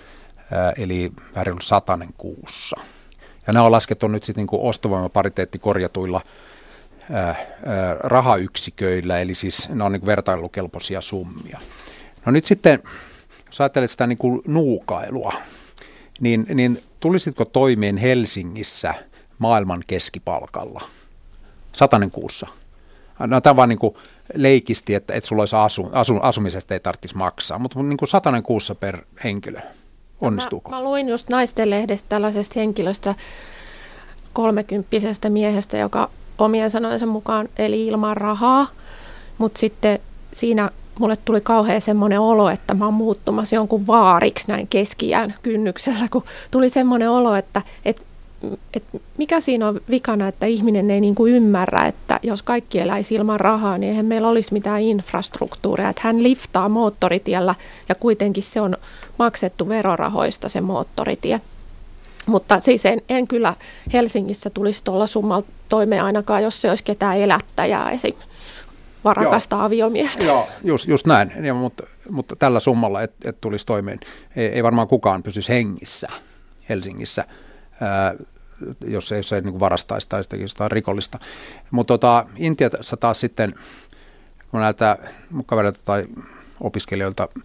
eli vähän 100 kuussa. Ja nämä on laskettu nyt sitten niin kuin ostovoimapariteetti korjatuilla rahayksiköillä, eli siis ne on niin kuin vertailukelpoisia summia. No nyt sitten, jos ajattelet sitä niin kuin nuukailua, niin tulisitko toimeen Helsingissä maailman keskipalkalla? 100 kuussa. No, tämä on vaan niin kuin leikisti, että sulla olisi asumisesta ei tarvitsisi maksaa, mutta niin kuin 100 kuussa per henkilö. Onnistuuko? Mä luin just Naisten-lehdestä tällaisesta henkilöstä, 30-vuotiaasta miehestä, joka omien sanojensa mukaan eli ilman rahaa, mutta sitten siinä mulle tuli kauhean semmoinen olo, että mä oon muuttumassa jonkun vaariksi näin keski-iän kynnyksellä, kun tuli semmoinen olo, että mikä siinä on vikana, että ihminen ei niinku ymmärrä, että jos kaikki eläisi ilman rahaa, niin eihän meillä olisi mitään infrastruktuuria. Että hän liftaa moottoritiellä ja kuitenkin se on maksettu verorahoista se moottoritie. Mutta siis en kyllä Helsingissä tulisi tuolla summalla toimeen ainakaan, jos se olisi ketään elättäjää esim. Varakasta aviomiestä. Joo, just näin, ja, mutta tällä summalla et tulisi toimeen. Ei varmaan kukaan pysyisi hengissä Helsingissä, jos ei niin kuin varastaisi tai sitäkin jotain rikollista. Mutta Intiassa taas sitten, kun näiltä kavereilta tai opiskelijoilta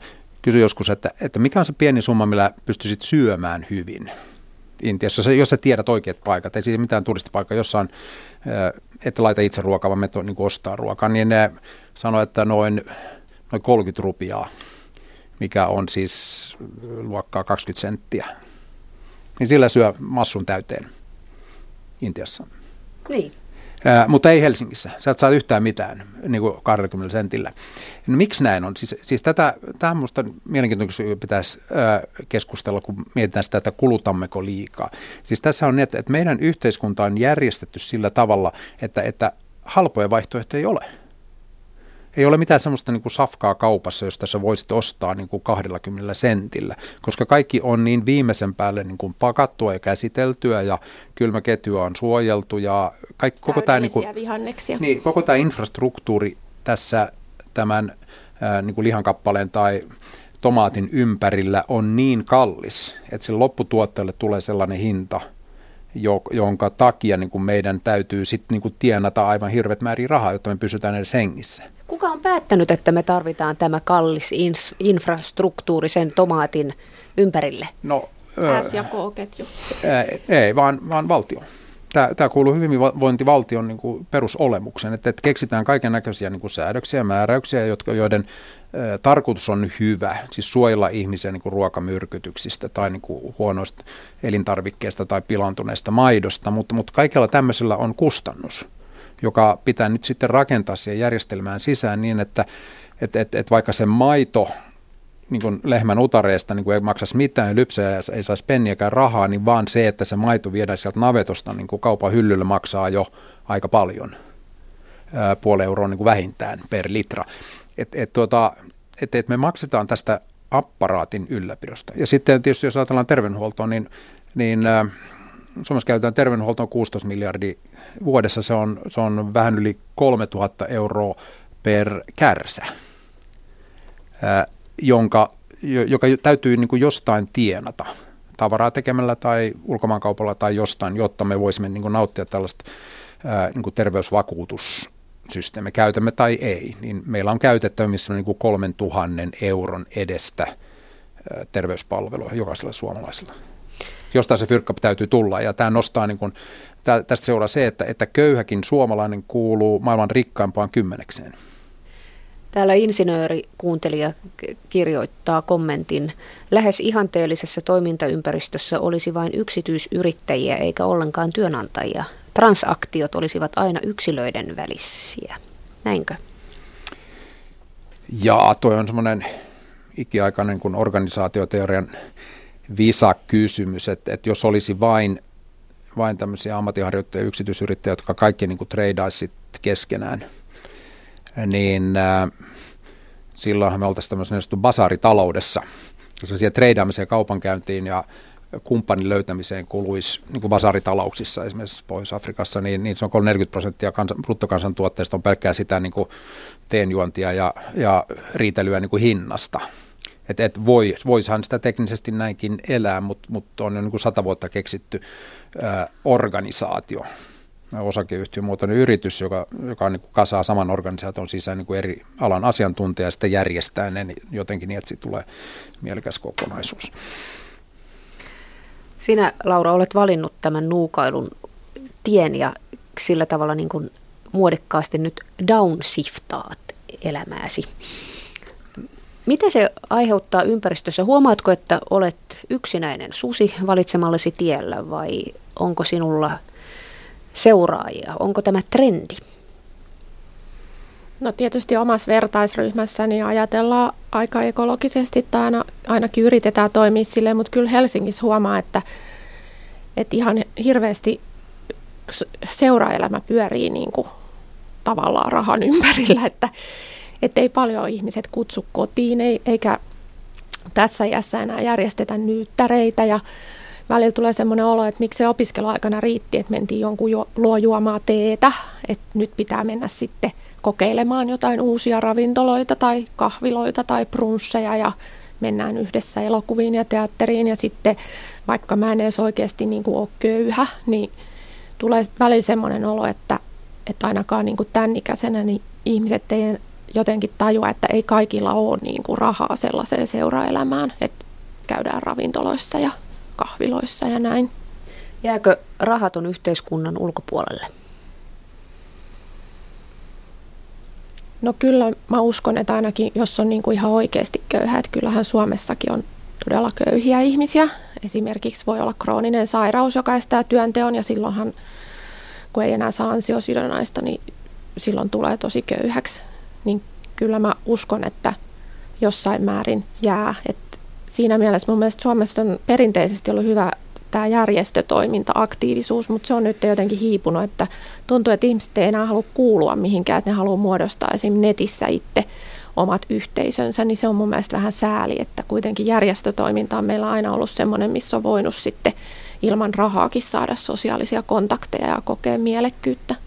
kysyin joskus, että mikä on se pieni summa, millä pystyisit syömään hyvin Intiassa, jos sä tiedät oikeat paikat, ei siinä mitään turistipaikkaa, jossain et laita itse ruokaa, vaan menet niin ostaa ruokaa, niin ne sanoi, että noin 30 rupiaa, mikä on siis luokkaa 20 senttiä, niin sillä syö massun täyteen Intiassa. Niin. Mutta ei Helsingissä. Sä et saa yhtään mitään niin kuin 20 sentillä. No, miksi näin on? Siis tähän minusta mielenkiintoista pitäisi keskustella, kun mietitään sitä, että kulutammeko liikaa. Siis tässä on niin, että meidän yhteiskunta on järjestetty sillä tavalla, että halpoja vaihtoehtoja ei ole. Ei ole mitään semmoista niin kuin safkaa kaupassa, josta sä voisit ostaa niin kuin 20 sentillä, koska kaikki on niin viimeisen päälle niin kuin pakattua ja käsiteltyä ja kylmäketjua on suojeltu ja koko tämä niin kuin, vihanneksia. Niin, koko tämä infrastruktuuri tässä tämän niin kuin lihankappaleen tai tomaatin ympärillä on niin kallis, että sille lopputuotteelle tulee sellainen hinta, jonka takia niin kuin meidän täytyy sitten niin kuin tienata aivan hirvet määrin rahaa, jotta me pysytään edes hengissä. Kuka on päättänyt, että me tarvitaan tämä kallis infrastruktuuri sen tomaatin ympärille? No, S- ja K-ketju. Ei, vaan valtio. Tämä kuuluu hyvinvointivaltion niin kuin perusolemukseen, että keksitään kaiken näköisiä niin kuin säädöksiä ja määräyksiä, joiden tarkoitus on hyvä, siis suojella ihmisiä niin kuin ruokamyrkytyksistä tai niin kuin huonoista elintarvikkeista tai pilaantuneesta maidosta, mutta kaikella tämmöisellä on kustannus, joka pitää nyt sitten rakentaa siihen järjestelmään sisään niin, että vaikka se maito niin kuin lehmän utareesta niin kuin ei maksaisi mitään, lypsäjä ei saisi penniäkään rahaa, niin vaan se, että se maito viedään sieltä navetosta niin kuin kaupan hyllylle maksaa jo aika paljon, €0,5 niin kuin vähintään per litra. Et me maksetaan tästä apparaatin ylläpidosta. Ja sitten tietysti jos ajatellaan terveydenhuoltoa, niin Suomessa käytetään terveydenhuoltoon 16 miljardia vuodessa, se on vähän yli 3 000 € per kärsä, joka täytyy niin kuin jostain tienata, tavaraa tekemällä tai ulkomaankaupalla tai jostain, jotta me voisimme niin kuin nauttia tällaista niin kuin terveysvakuutussysteemiä, käytämme tai ei, niin meillä on käytettävissä niin kuin 3 000 € edestä terveyspalvelua jokaisella suomalaisella. Jostain se fyrkka täytyy tulla, ja tämä nostaa, niin kuin, tästä seuraa se, että köyhäkin suomalainen kuuluu maailman rikkaimpaan 10. Täällä insinöörikuuntelija kirjoittaa kommentin. Lähes ihanteellisessa toimintaympäristössä olisi vain yksityisyrittäjiä eikä ollenkaan työnantajia. Transaktiot olisivat aina yksilöiden välisiä. Näinkö? Jaa, toi on semmoinen ikiaikainen kuin organisaatioteorian visakysymys, että jos olisi vain tämmöisiä ammatinharjoittajia, yksityisyrittäjiä, jotka kaikki niin kuin treidaisivat keskenään, niin silloinhan me oltaisiin tämmöisessä basaaritaloudessa, koska siihen treidaamiseen ja kaupankäyntiin ja kumppanin löytämiseen kuluisi niin kuin basaaritalouksissa, esimerkiksi Pohjois-Afrikassa, niin se on 30% bruttokansantuotteesta on pelkkää sitä niin kuin teenjuontia ja riitelyä niin kuin hinnasta. Voisihan sitä teknisesti näinkin elää, mutta on jo niin kuin 100 vuotta keksitty organisaatio, osakeyhtiömuotoinen yritys, joka niin kuin kasaa saman organisaation sisään niin kuin eri alan asiantuntija ja sitten järjestää ne jotenkin niin, että siitä tulee mielekäs kokonaisuus. Sinä, Laura, olet valinnut tämän nuukailun tien ja sillä tavalla niin kuin muodikkaasti nyt downshiftaat elämääsi. Miten se aiheuttaa ympäristössä? Huomaatko, että olet yksinäinen susi valitsemallasi tiellä vai onko sinulla seuraajia? Onko tämä trendi? No tietysti omassa vertaisryhmässäni ajatellaan aika ekologisesti tai ainakin yritetään toimia silleen, mutta kyllä Helsingissä huomaa, että ihan hirveästi seuraelämä pyörii niin kuin tavallaan rahan ympärillä, että ei paljon ihmiset kutsu kotiin eikä tässä iässä enää järjestetä nyyttäreitä ja välillä tulee semmoinen olo, että miksi se opiskeluaikana riitti, että mentiin jonkun luo juomaan teetä, että nyt pitää mennä sitten kokeilemaan jotain uusia ravintoloita tai kahviloita tai brunsseja ja mennään yhdessä elokuviin ja teatteriin ja sitten vaikka mä en edes oikeasti niin kuin ole köyhä, niin tulee välillä semmoinen olo, että ainakaan niin kuin tämän ikäisenä niin ihmiset ei jotenkin tajua, että ei kaikilla ole niin kuin rahaa sellaiseen seuraelämään, että käydään ravintoloissa ja kahviloissa ja näin. Jääkö rahaton yhteiskunnan ulkopuolelle? No kyllä mä uskon, että ainakin jos on niin kuin ihan oikeasti köyhä, että kyllähän Suomessakin on todella köyhiä ihmisiä. Esimerkiksi voi olla krooninen sairaus, joka estää työnteon ja silloinhan, kun ei enää saa ansiosidonnaista, niin silloin tulee tosi köyhäksi. Niin kyllä mä uskon, että jossain määrin jää. Että siinä mielessä mun mielestä Suomessa on perinteisesti ollut hyvä tämä järjestötoiminta, aktiivisuus, mutta se on nyt jotenkin hiipunut, että tuntuu, että ihmiset ei enää halua kuulua mihinkään, että ne haluaa muodostaa esimerkiksi netissä itse omat yhteisönsä, niin se on mun mielestä vähän sääli, että kuitenkin järjestötoiminta on meillä aina ollut semmoinen, missä on voinut sitten ilman rahaakin saada sosiaalisia kontakteja ja kokea mielekkyyttä.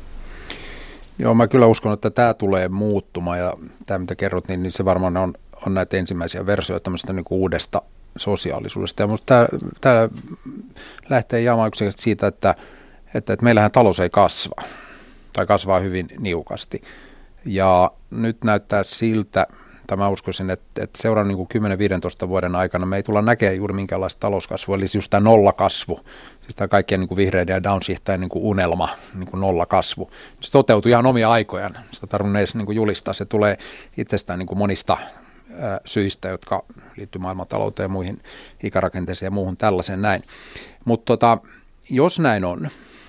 Joo, mä kyllä uskon, että tämä tulee muuttumaan ja tämä mitä kerrot, niin se varmaan on näitä ensimmäisiä versioita tämmöistä niin kuin uudesta sosiaalisuudesta. Ja musta tämä lähtee jäämään yksinkertaisesti siitä, että meillähän talous ei kasva tai kasvaa hyvin niukasti. Ja nyt näyttää siltä, tai mä uskoisin, että seuraavan niin 10-15 vuoden aikana me ei tulla näkemään juuri minkäänlaista talouskasvua, eli just tämä nollakasvu, siis tämä kaikkien niin vihreiden ja downshiftajien niin unelma, niin nollakasvu. Se toteutuu ihan omia aikojaan, sitä tarvitsee edes niin julistaa, se tulee itsestään niin monista syistä, jotka liittyy maailmantalouteen ja muihin ikärakenteeseen ja muuhun tällaiseen näin. Mutta jos näin on,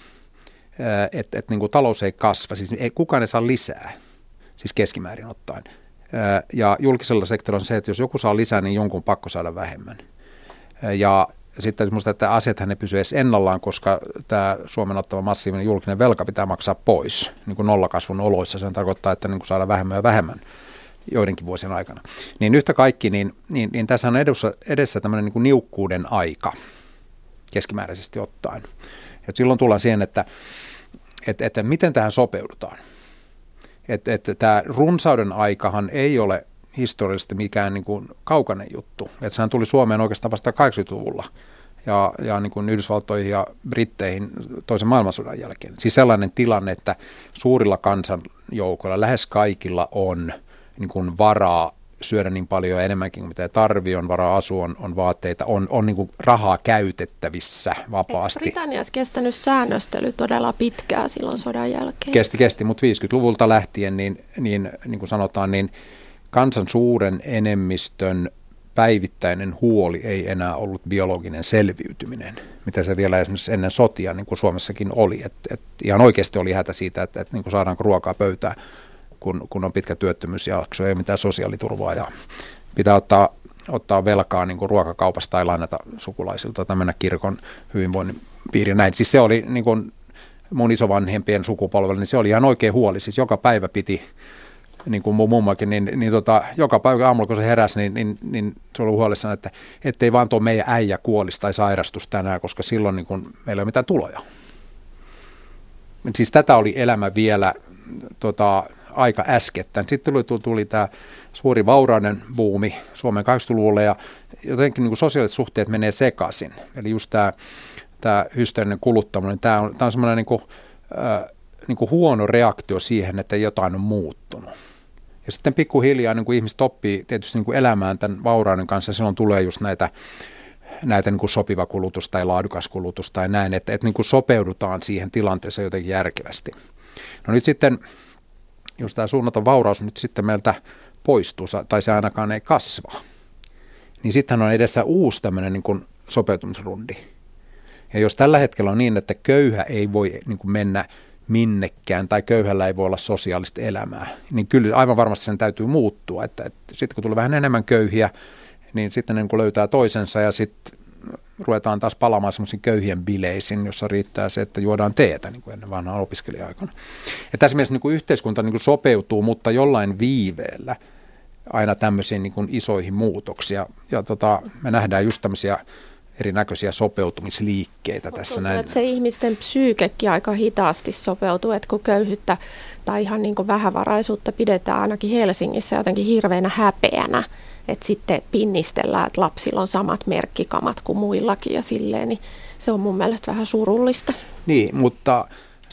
että niin talous ei kasva, siis kukaan ei saa lisää, siis keskimäärin ottaen. Ja julkisella sektorilla on se, että jos joku saa lisää, niin jonkun pakko saada vähemmän. Ja sitten minusta, että asiathan ne pysyy edes ennallaan, koska tämä Suomen ottava massiivinen julkinen velka pitää maksaa pois niin kuin nollakasvun oloissa. Se tarkoittaa, että niin kuin saadaan vähemmän ja vähemmän joidenkin vuosien aikana. Niin yhtä kaikki, niin tässä on edessä tämmöinen niin kuin niukkuuden aika keskimääräisesti ottaen. Ja silloin tullaan siihen, että miten tähän sopeudutaan. Että tämä runsauden aikahan ei ole historiallisesti mikään niin kuin kaukainen juttu. Että sehän tuli Suomeen oikeastaan vasta 80-luvulla ja niin kuin Yhdysvaltoihin ja Britteihin toisen maailmansodan jälkeen. Siis sellainen tilanne, että suurilla kansanjoukoilla, lähes kaikilla on niin kuin varaa syödä niin paljon ja enemmänkin kuin mitä tarvii, on varaa asua, on vaatteita, on niin kuin rahaa käytettävissä vapaasti. Eikö Britanniassa kestänyt säännöstely todella pitkään silloin sodan jälkeen? Kesti, mutta 50-luvulta lähtien, niin kuin sanotaan, niin kansan suuren enemmistön päivittäinen huoli ei enää ollut biologinen selviytyminen, mitä se vielä esimerkiksi ennen sotia, niin kuin Suomessakin oli. Et ihan oikeasti oli hätä siitä, että niin kuin saadaanko ruokaa pöytään, kun on pitkä työttömyysjakso, ei ole mitään sosiaaliturvaa ja pitää ottaa velkaa niin kuin ruokakaupasta tai lainata sukulaisilta tai mennä kirkon hyvinvoinnin piiriin. Näin. Siis se oli niin kuin mun isovanhempien sukupolvella, niin se oli ihan oikein huoli. Siis joka päivä piti, niin kuin mun mummakin, joka päivä aamulla kun se heräsi, niin se oli huolissaan, että ettei vaan tuo meidän äijä kuolisi tai sairastus tänään, koska silloin niin kuin meillä ei ole mitään tuloja. Siis tätä oli elämä vielä aika äskettäin. Sitten tuli tämä suuri vaurauden buumi Suomen 80-luvulla ja jotenkin niin kuin sosiaaliset suhteet menee sekaisin. Eli just tämä hysteerinen kuluttaminen, tämä on semmoinen niin kuin huono reaktio siihen, että jotain on muuttunut. Ja sitten pikkuhiljaa niin kuin ihmiset oppii tietysti niin kuin elämään tämän vaurauden kanssa, silloin tulee just näitä niin kuin sopiva kulutus tai laadukas kulutus tai näin, että niin kuin sopeudutaan siihen tilanteeseen jotenkin järkevästi. No nyt sitten, jos tämä suunnaton vauraus nyt sitten meiltä poistuu tai se ainakaan ei kasva, niin sittenhän on edessä uusi tämmöinen niin kuin sopeutumisrundi. Ja jos tällä hetkellä on niin, että köyhä ei voi niin kuin mennä minnekään tai köyhällä ei voi olla sosiaalista elämää, niin kyllä aivan varmasti sen täytyy muuttua. Että sitten kun tulee vähän enemmän köyhiä, niin sitten niin kun löytää toisensa ja sitten ruvetaan taas palaamaan semmoisiin köyhien bileisiin, jossa riittää se, että juodaan teetä, niin kuin ennen vanhaan opiskelija-aikana. Ja tässä mielessä niin kuin yhteiskunta niin kuin sopeutuu, mutta jollain viiveellä aina tämmöisiin niin kuin isoihin muutoksia. Ja me nähdään just tämmöisiä erinäköisiä sopeutumisliikkeitä tässä näin. Että se ihmisten psyykekin aika hitaasti sopeutuu, että kun köyhyyttä tai ihan niin kuin vähävaraisuutta pidetään ainakin Helsingissä jotenkin hirveänä häpeänä, että sitten pinnistellään, että lapsilla on samat merkkikamat kuin muillakin ja silleen, niin se on mun mielestä vähän surullista. Niin, mutta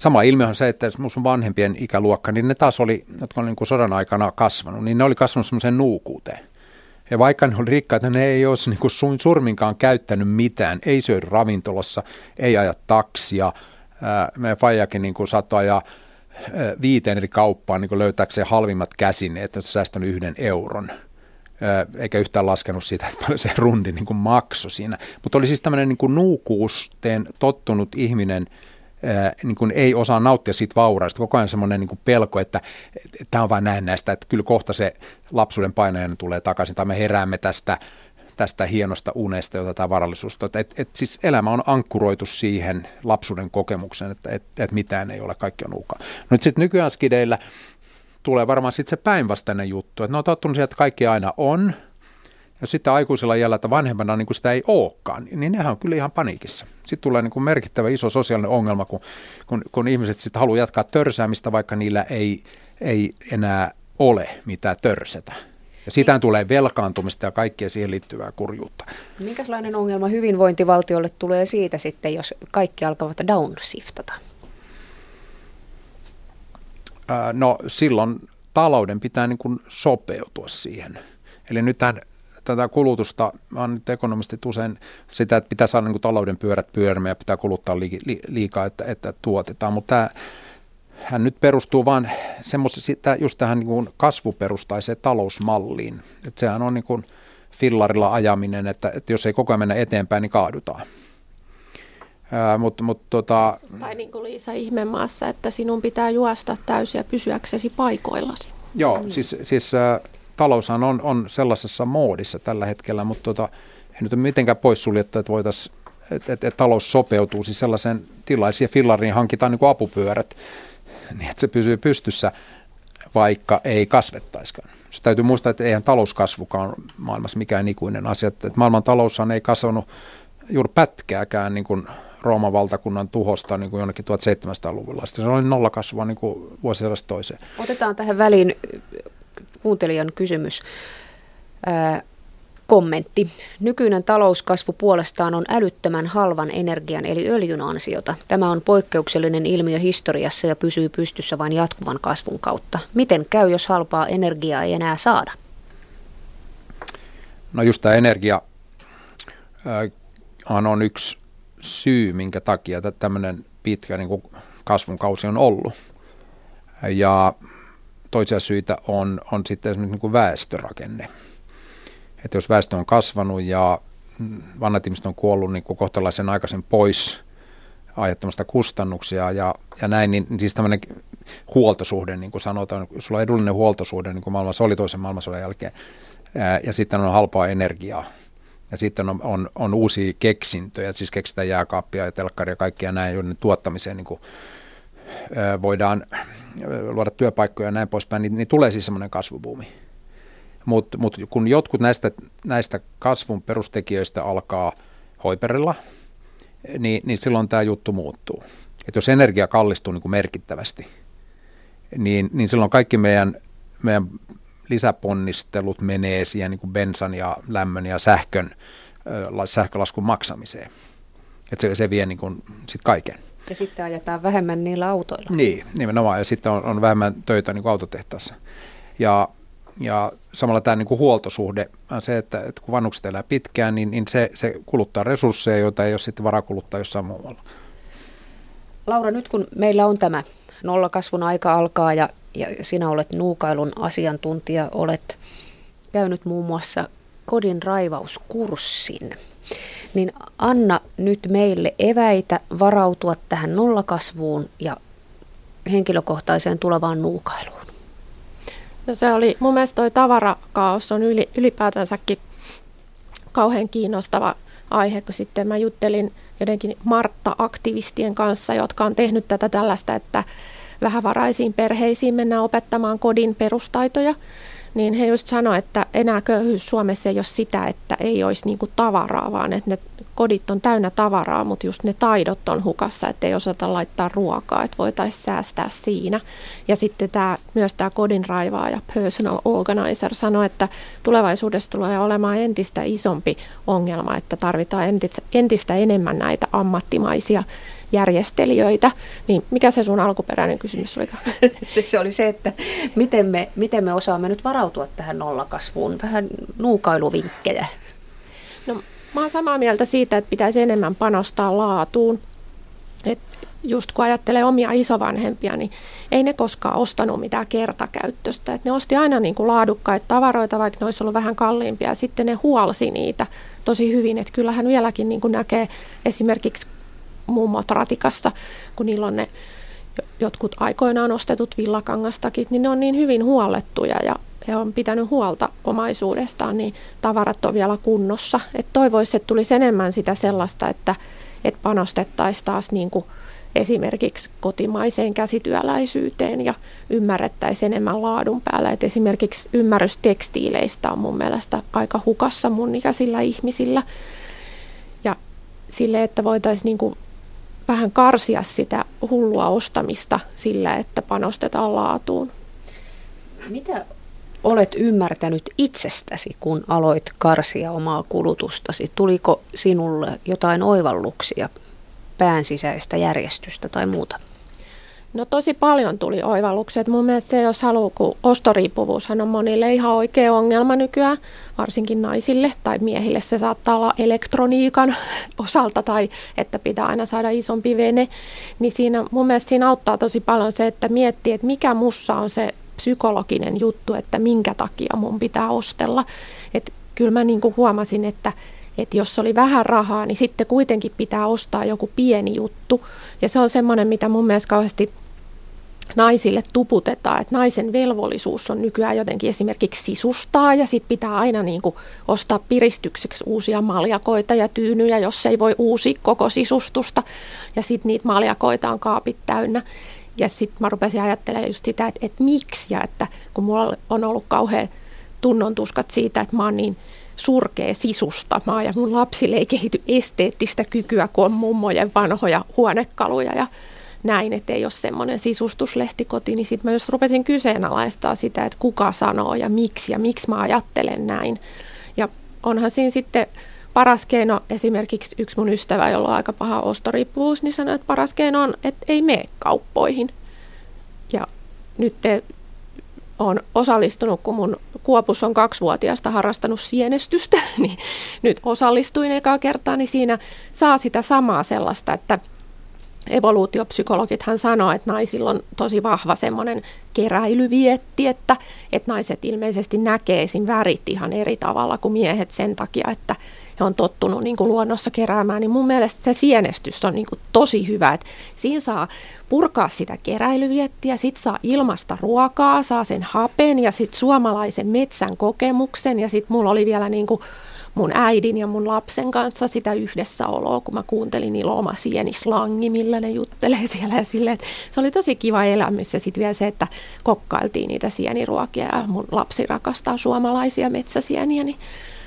sama ilmiö on se, että mun vanhempien ikäluokka, niin ne taas oli, jotka oli niin kuin sodan aikana kasvanut, niin ne oli kasvanut semmoiseen nuukuuteen. Ja vaikka ne oli rikkaita, ne ei olisi niin kuin surminkaan käyttänyt mitään, ei syödy ravintolassa, ei aja taksia. Meidän faijakin niin kuin saattoi ajaa 5 eri kauppaan niin löytääkseen halvimmat käsineet, että olisi säästänyt 1 euron. Eikä yhtään laskenut siitä, että paljon se rundi niin kuin maksoi siinä. Mutta oli siis tämmöinen niin kuin nuukuusteen tottunut ihminen, niin kuin ei osaa nauttia siitä vauraista. Koko ajan semmoinen niin kuin pelko, että tämä on vain näennäistä, että kyllä kohta se lapsuuden painajan tulee takaisin, tai me heräämme tästä hienosta unesta, jota tämä varallisuus on. Siis elämä on ankkuroitu siihen lapsuuden kokemukseen, että mitään ei ole, kaikki on nuukaa. Nyt sitten nykyään skideillä tulee varmaan sitten se päinvastainen juttu, että ne on tottunut siihen, että kaikki aina on, ja sitten aikuisella iällä, että vanhempana niin kuin sitä ei olekaan, niin nehän on kyllä ihan paniikissa. Sitten tulee niin kuin merkittävä iso sosiaalinen ongelma, kun ihmiset sitten haluaa jatkaa törsäämistä, vaikka niillä ei enää ole mitään törsätä. Ja siitä tulee velkaantumista ja kaikkea siihen liittyvää kurjuutta. Minkälainen ongelma hyvinvointivaltiolle tulee siitä sitten, jos kaikki alkavat downshiftata? No silloin talouden pitää niin kuin sopeutua siihen. Eli nythän tätä kulutusta, on nyt ekonomistit usein sitä, että pitää saada niin kuin talouden pyörät pyörimään ja pitää kuluttaa liikaa, että tuotetaan. Mutta hän nyt perustuu vaan just tähän niin kuin kasvuperustaiseen talousmalliin. Että sehän on niin kuin fillarilla ajaminen, että jos ei koko ajan mennä eteenpäin, niin kaadutaan. Tai niin kuin Liisa Ihmemaassa, että sinun pitää juosta täysiä pysyäksesi paikoillasi. Joo, siis taloushan on sellaisessa moodissa tällä hetkellä, mutta ei nyt ole mitenkään poissuljettu, että voitaisiin, että talous sopeutuu siis sellaiseen tilaan, ja fillariin hankitaan niin kuin apupyörät, niin että se pysyy pystyssä, vaikka ei kasvettaisikaan. Se täytyy muistaa, että eihän talouskasvukaan maailmassa mikään ikuinen asia, että maailman taloushan ei kasvanut juuri pätkääkään niin kuin Rooman valtakunnan tuhosta niin kuin jonnekin 1700-luvulla. Sitten se oli nollakasvua niin kuin vuosisadasta toiseen. Otetaan tähän väliin kuuntelijan kysymys. Kommentti. Nykyinen talouskasvu puolestaan on älyttömän halvan energian eli öljyn ansiota. Tämä on poikkeuksellinen ilmiö historiassa ja pysyy pystyssä vain jatkuvan kasvun kautta. Miten käy, jos halpaa energiaa ei enää saada? No just tämä energia on yksi syy, minkä takia tämmöinen pitkä niin kuin kasvun kausi on ollut. Ja toisia syitä on sitten esimerkiksi niin kuin väestörakenne. Että jos väestö on kasvanut ja vanhat ihmiset on kuollut niin kuin kohtalaisen aikaisin pois aiheuttamasta kustannuksia ja näin, niin siis tämmöinen huoltosuhde, niin kuin sanotaan, jos sulla on edullinen huoltosuhde, niin kuin maailmassa oli toisen maailmansodan jälkeen, ja sitten on halpaa energiaa, ja sitten on uusia keksintöjä, siis keksitään jääkaappia ja telkkaria ja kaikkia näin, joiden tuottamiseen niin kuin voidaan luoda työpaikkoja ja näin poispäin, niin tulee siis semmoinen kasvubuumi. Mutta kun jotkut näistä kasvun perustekijöistä alkaa hoiperilla, niin silloin tämä juttu muuttuu. Et jos energia kallistuu niin kuin merkittävästi, niin silloin kaikki meidän lisäponnistelut menee siihen niin kuin bensan ja lämmön ja sähkölaskun maksamiseen. Et se vie niin kuin sit kaiken. Ja sitten ajetaan vähemmän niillä autoilla. Niin, nimenomaan. Ja sitten on vähemmän töitä niin kuin autotehtaassa. Ja samalla tämä niin kuin huoltosuhde on se, että kun vanhukset elää pitkään, niin se kuluttaa resursseja, joita ei ole sitten varaa kuluttaa jossain muualla. Laura, nyt kun meillä on tämä nollakasvun aika alkaa ja sinä olet nuukailun asiantuntija, olet käynyt muun muassa kodin raivauskurssin, niin anna nyt meille eväitä varautua tähän nollakasvuun ja henkilökohtaiseen tulevaan nuukailuun. No se oli, mun mielestä toi tavarakaos on ylipäätänsäkin kauhean kiinnostava aihe, kun sitten mä juttelin jotenkin Martta-aktivistien kanssa, jotka on tehnyt tätä tällaista, että vähävaraisiin perheisiin mennään opettamaan kodin perustaitoja, niin he just sanoi, että enää köyhyys Suomessa ei ole sitä, että ei olisi niinku tavaraa, vaan että ne kodit on täynnä tavaraa, mutta just ne taidot on hukassa, että ei osata laittaa ruokaa, että voitaisiin säästää siinä. Ja sitten myös tämä kodin raivaaja, personal organizer, sanoi, että tulevaisuudessa tulee olemaan entistä isompi ongelma, että tarvitaan entistä enemmän näitä ammattimaisia järjestelijöitä. Niin mikä se sun alkuperäinen kysymys oli? Se oli se, että miten me osaamme nyt varautua tähän nollakasvuun. Vähän nuukailuvinkkejä. No, mä oon samaa mieltä siitä, että pitäisi enemmän panostaa laatuun. Et just kun ajattelee omia isovanhempia, niin ei ne koskaan ostanut mitään kertakäyttöistä. Et ne osti aina niin kuin laadukkaita tavaroita, vaikka ne olisi ollut vähän kalliimpia. Ja sitten ne huolsi niitä tosi hyvin. Et kyllähän vieläkin niin kuin näkee esimerkiksi mummot ratikassa, kun niillä on ne jotkut aikoinaan ostetut villakangastakit, niin ne on niin hyvin huollettuja ja he on pitänyt huolta omaisuudestaan, niin tavarat on vielä kunnossa. Et toivoisi, että tulisi enemmän sitä sellaista, että panostettaisiin taas niin kuin esimerkiksi kotimaiseen käsityöläisyyteen ja ymmärrettäisiin enemmän laadun päällä. Et esimerkiksi ymmärrys tekstiileistä on mun mielestä aika hukassa mun ikäisillä ihmisillä. Ja sille, että voitaisiin niin kuin vähän karsia sitä hullua ostamista sillä, että panostetaan laatuun. Mitä olet ymmärtänyt itsestäsi, kun aloit karsia omaa kulutustasi? Tuliko sinulle jotain oivalluksia, pään sisäistä järjestystä tai muuta? No tosi paljon tuli oivalluksia. Mun mielestä se, jos haluaa, kun ostoriippuvuushan on monille ihan oikea ongelma nykyään, varsinkin naisille tai miehille. Se saattaa olla elektroniikan osalta tai että pitää aina saada isompi vene. Niin mun mielestä siinä auttaa tosi paljon se, että miettii, että mikä mussa on se psykologinen juttu, että minkä takia mun pitää ostella. Että kyllä mä niin kuin huomasin, että jos oli vähän rahaa, niin sitten kuitenkin pitää ostaa joku pieni juttu. Ja se on semmoinen, mitä mun mielestä kauheasti naisille tuputetaan, että naisen velvollisuus on nykyään jotenkin esimerkiksi sisustaa ja sitten pitää aina niin kuin ostaa piristykseksi uusia maljakoita ja tyynyjä, jos ei voi uusia koko sisustusta. Ja sitten niitä maljakoita on kaapit täynnä. Ja sitten mä rupesin ajattelemaan just sitä, että miksi ja että kun mulla on ollut kauhean tunnontuskat siitä, että mä oon niin surkea sisustamaan ja mun lapsille ei kehity esteettistä kykyä, kun on mummojen vanhoja huonekaluja ja näin, että ei ole semmoinen sisustuslehti koti, niin sitten mä just rupesin kyseenalaistaa sitä, että kuka sanoo ja miksi mä ajattelen näin. Ja onhan siinä sitten paras keino, esimerkiksi yksi mun ystävä, jolla on aika paha ostoriippuvuus, niin sanoi, että paras keino on, että ei mene kauppoihin. Ja nyt olen osallistunut, kun mun Kuopus on 2-vuotiaasta harrastanut sienestystä, niin nyt osallistuin ekaa kertaa, niin siinä saa sitä samaa sellaista, että evoluutiopsykologithan sanoo, että naisilla on tosi vahva semmoinen keräilyvietti, että naiset ilmeisesti näkee esim. Värit ihan eri tavalla kuin miehet sen takia, että he on tottunut niin kuin luonnossa keräämään, niin mun mielestä se sienestys on niin kuin tosi hyvä, että siinä saa purkaa sitä keräilyviettiä, sit saa ilmasta ruokaa, saa sen hapen ja sit suomalaisen metsän kokemuksen ja sit mulla oli vielä niin kuin mun äidin ja mun lapsen kanssa sitä yhdessäoloa, kun mä kuuntelin Iloma Sienislangi, millä ne juttelee siellä ja silleen, että se oli tosi kiva elämys ja sitten vielä se, että kokkailtiin niitä sieniruokia ja mun lapsi rakastaa suomalaisia metsäsieniä, niin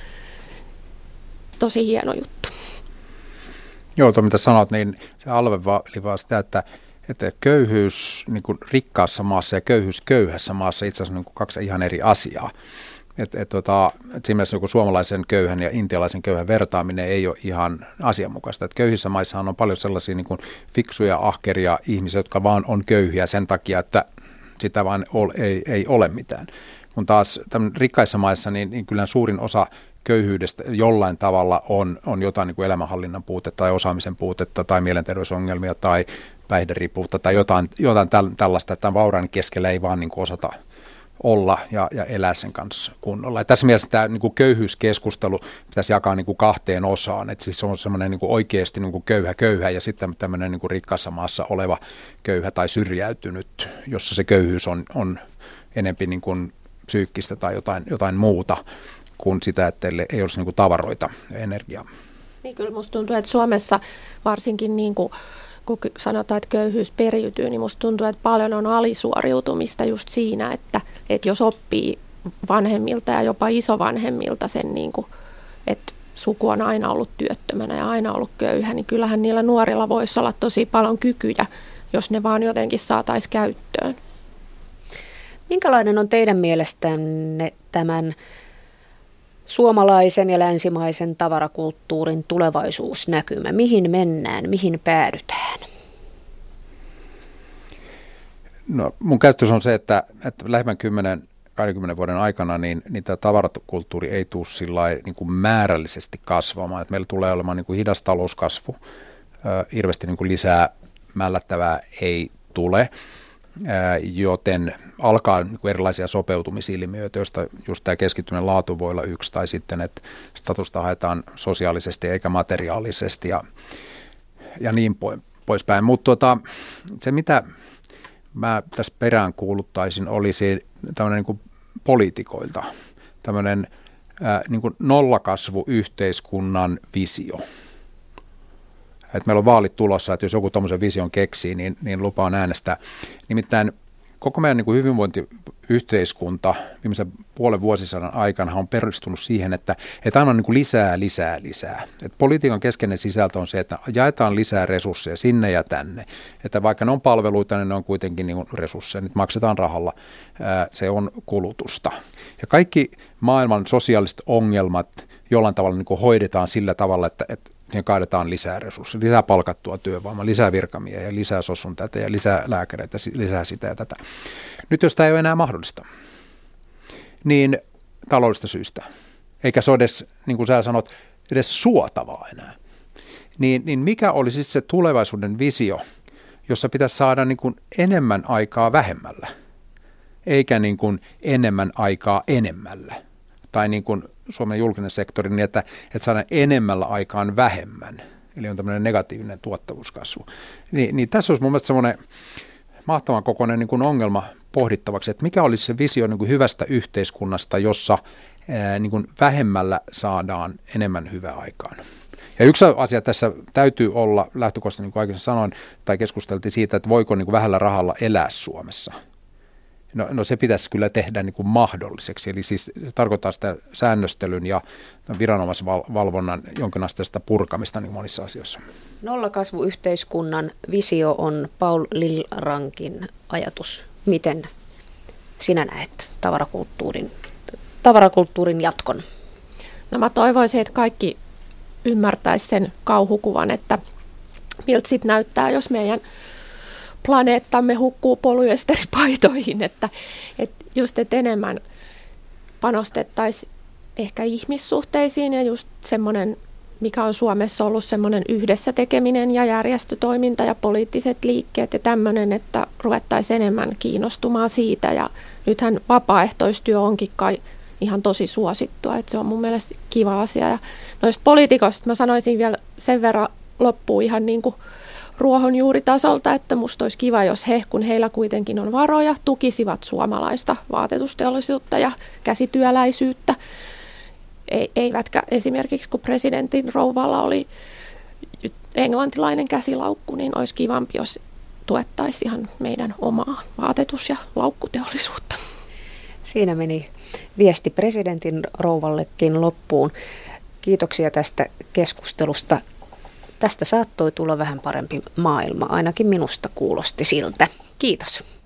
tosi hieno juttu. Joo, tuo mitä sanot, niin se alleviivaa sitä, että köyhyys niin kuin rikkaassa maassa ja köyhyys köyhässä maassa itse asiassa on niin kuin 2 ihan eri asiaa. Siinä mielessä joku suomalaisen köyhän ja intialaisen köyhän vertaaminen ei ole ihan asianmukaista. Että köyhissä maissahan on paljon sellaisia niin kuin fiksuja, ahkeria ihmisiä, jotka vaan on köyhiä sen takia, että sitä vaan ei ole mitään. Kun taas rikkaissa maissa, niin kyllä suurin osa köyhyydestä jollain tavalla on jotain niin kuin elämänhallinnan puutetta tai osaamisen puutetta tai mielenterveysongelmia tai päihderiippuvuutta tai jotain tällaista, että vauraan keskellä ei vaan niin kuin osata olla ja elää sen kanssa kunnolla. Ja tässä mielessä tämä niin kuin köyhyyskeskustelu pitäisi jakaa niin kuin 2 osaan. Että siis on semmoinen niin kuin oikeasti niin kuin köyhä ja sitten tämmöinen niin kuin rikkaassa maassa oleva köyhä tai syrjäytynyt, jossa se köyhyys on enempi niin kuin psyykkistä tai jotain muuta kuin sitä, että ei olisi niin kuin tavaroita ja energiaa. Niin kyllä musta tuntuu, että Suomessa varsinkin niin kuin kun sanotaan, että köyhyys periytyy, niin musta tuntuu, että paljon on alisuoriutumista just siinä, että jos oppii vanhemmilta ja jopa isovanhemmilta sen, niin kuin, että suku on aina ollut työttömänä ja aina ollut köyhä, niin kyllähän niillä nuorilla voisi olla tosi paljon kykyjä, jos ne vaan jotenkin saataisiin käyttöön. Minkälainen on teidän mielestänne tämän suomalaisen ja länsimaisen tavarakulttuurin tulevaisuusnäkymä? Mihin mennään, mihin päädytään? No, mun käsitys on se, että lähimmän 10-20 vuoden aikana niin tämä tavarakulttuuri ei tule sillai niin kuin määrällisesti kasvamaan. Että meillä tulee olemaan niin kuin hidas talouskasvu, hirveästi niin kuin lisää mällättävää ei tule, joten alkaa niin kuin erilaisia sopeutumisilmiöitä, joista just tämä keskittyminen laatu voi olla yksi, tai sitten, että statusta haetaan sosiaalisesti eikä materiaalisesti ja niin poispäin. Mutta se, mitä mä tässä perään kuuluttaisin, olisi tämmöinen niin kuin poliitikoilta, tämmöinen niin kuin nollakasvuyhteiskunnan visio. Että meillä on vaalit tulossa, että jos joku tuommoisen vision keksii, niin lupaan äänestää. Nimittäin koko meidän niin kuin hyvinvointiyhteiskunta viimeisen puolen vuosisadan aikana on perustunut siihen, että aina on niin kuin lisää. Että politiikan keskeinen sisältö on se, että jaetaan lisää resursseja sinne ja tänne. Että vaikka ne on palveluita, niin ne on kuitenkin niin kuin resursseja. Nyt maksetaan rahalla. Se on kulutusta. Ja kaikki maailman sosiaaliset ongelmat jollain tavalla niin kuin hoidetaan sillä tavalla, että siihen kaadetaan lisää resursseja, lisää palkattua työvoimaa, lisää virkamiehiä, lisää sosun tätä ja lisää lääkäreitä, lisää sitä ja tätä. Nyt jos tämä ei ole enää mahdollista, niin taloudellisista syistä, eikä se ole edes, niin kuin sä sanot, edes suotavaa enää, niin mikä olisi sitten se tulevaisuuden visio, jossa pitäisi saada niin kuin enemmän aikaa vähemmällä, eikä niin kuin enemmän aikaa enemmällä, tai niin kuin Suomen julkinen sektori, niin että saadaan enemmällä aikaan vähemmän, eli on tämmöinen negatiivinen tuottavuuskasvu. Niin tässä olisi mun mielestä semmoinen mahtavan kokoinen niin kuin ongelma pohdittavaksi, että mikä olisi se visio niin kuin hyvästä yhteiskunnasta, jossa niin kuin vähemmällä saadaan enemmän hyvää aikaan. Ja yksi asia tässä täytyy olla lähtökohtaisesti, niin kuin aikaisemmin sanoin, tai keskusteltiin siitä, että voiko niin kuin vähällä rahalla elää Suomessa. No se pitäisi kyllä tehdä niin kuin mahdolliseksi, eli siis se tarkoittaa sitä säännöstelyn ja viranomaisvalvonnan jonkinasteista purkamista niin monissa asioissa. Nollakasvuyhteiskunnan visio on Paul Lilrankin ajatus. Miten sinä näet tavarakulttuurin jatkon? No mä toivoisin, että kaikki ymmärtäisi sen kauhukuvan, että miltä sit näyttää, jos meidän planeettamme hukkuu polyesteripaitoihin, että enemmän panostettaisiin ehkä ihmissuhteisiin ja just semmoinen, mikä on Suomessa ollut semmoinen yhdessä tekeminen ja järjestötoiminta ja poliittiset liikkeet ja tämmöinen, että ruvettaisiin enemmän kiinnostumaan siitä ja nythän vapaaehtoistyö onkin kai ihan tosi suosittua, että se on mun mielestä kiva asia ja noista poliitikoista mä sanoisin vielä sen verran loppuun ihan niin kuin ruohonjuuritasolta, että musta olisi kiva, jos he, kun heillä kuitenkin on varoja, tukisivat suomalaista vaatetusteollisuutta ja käsityöläisyyttä. Eivätkä esimerkiksi, kun presidentin rouvalla oli englantilainen käsilaukku, niin olisi kivampi, jos tuettaisiin ihan meidän omaa vaatetus- ja laukkuteollisuutta. Siinä meni viesti presidentin rouvallekin loppuun. Kiitoksia tästä keskustelusta. Tästä saattoi tulla vähän parempi maailma, ainakin minusta kuulosti siltä. Kiitos.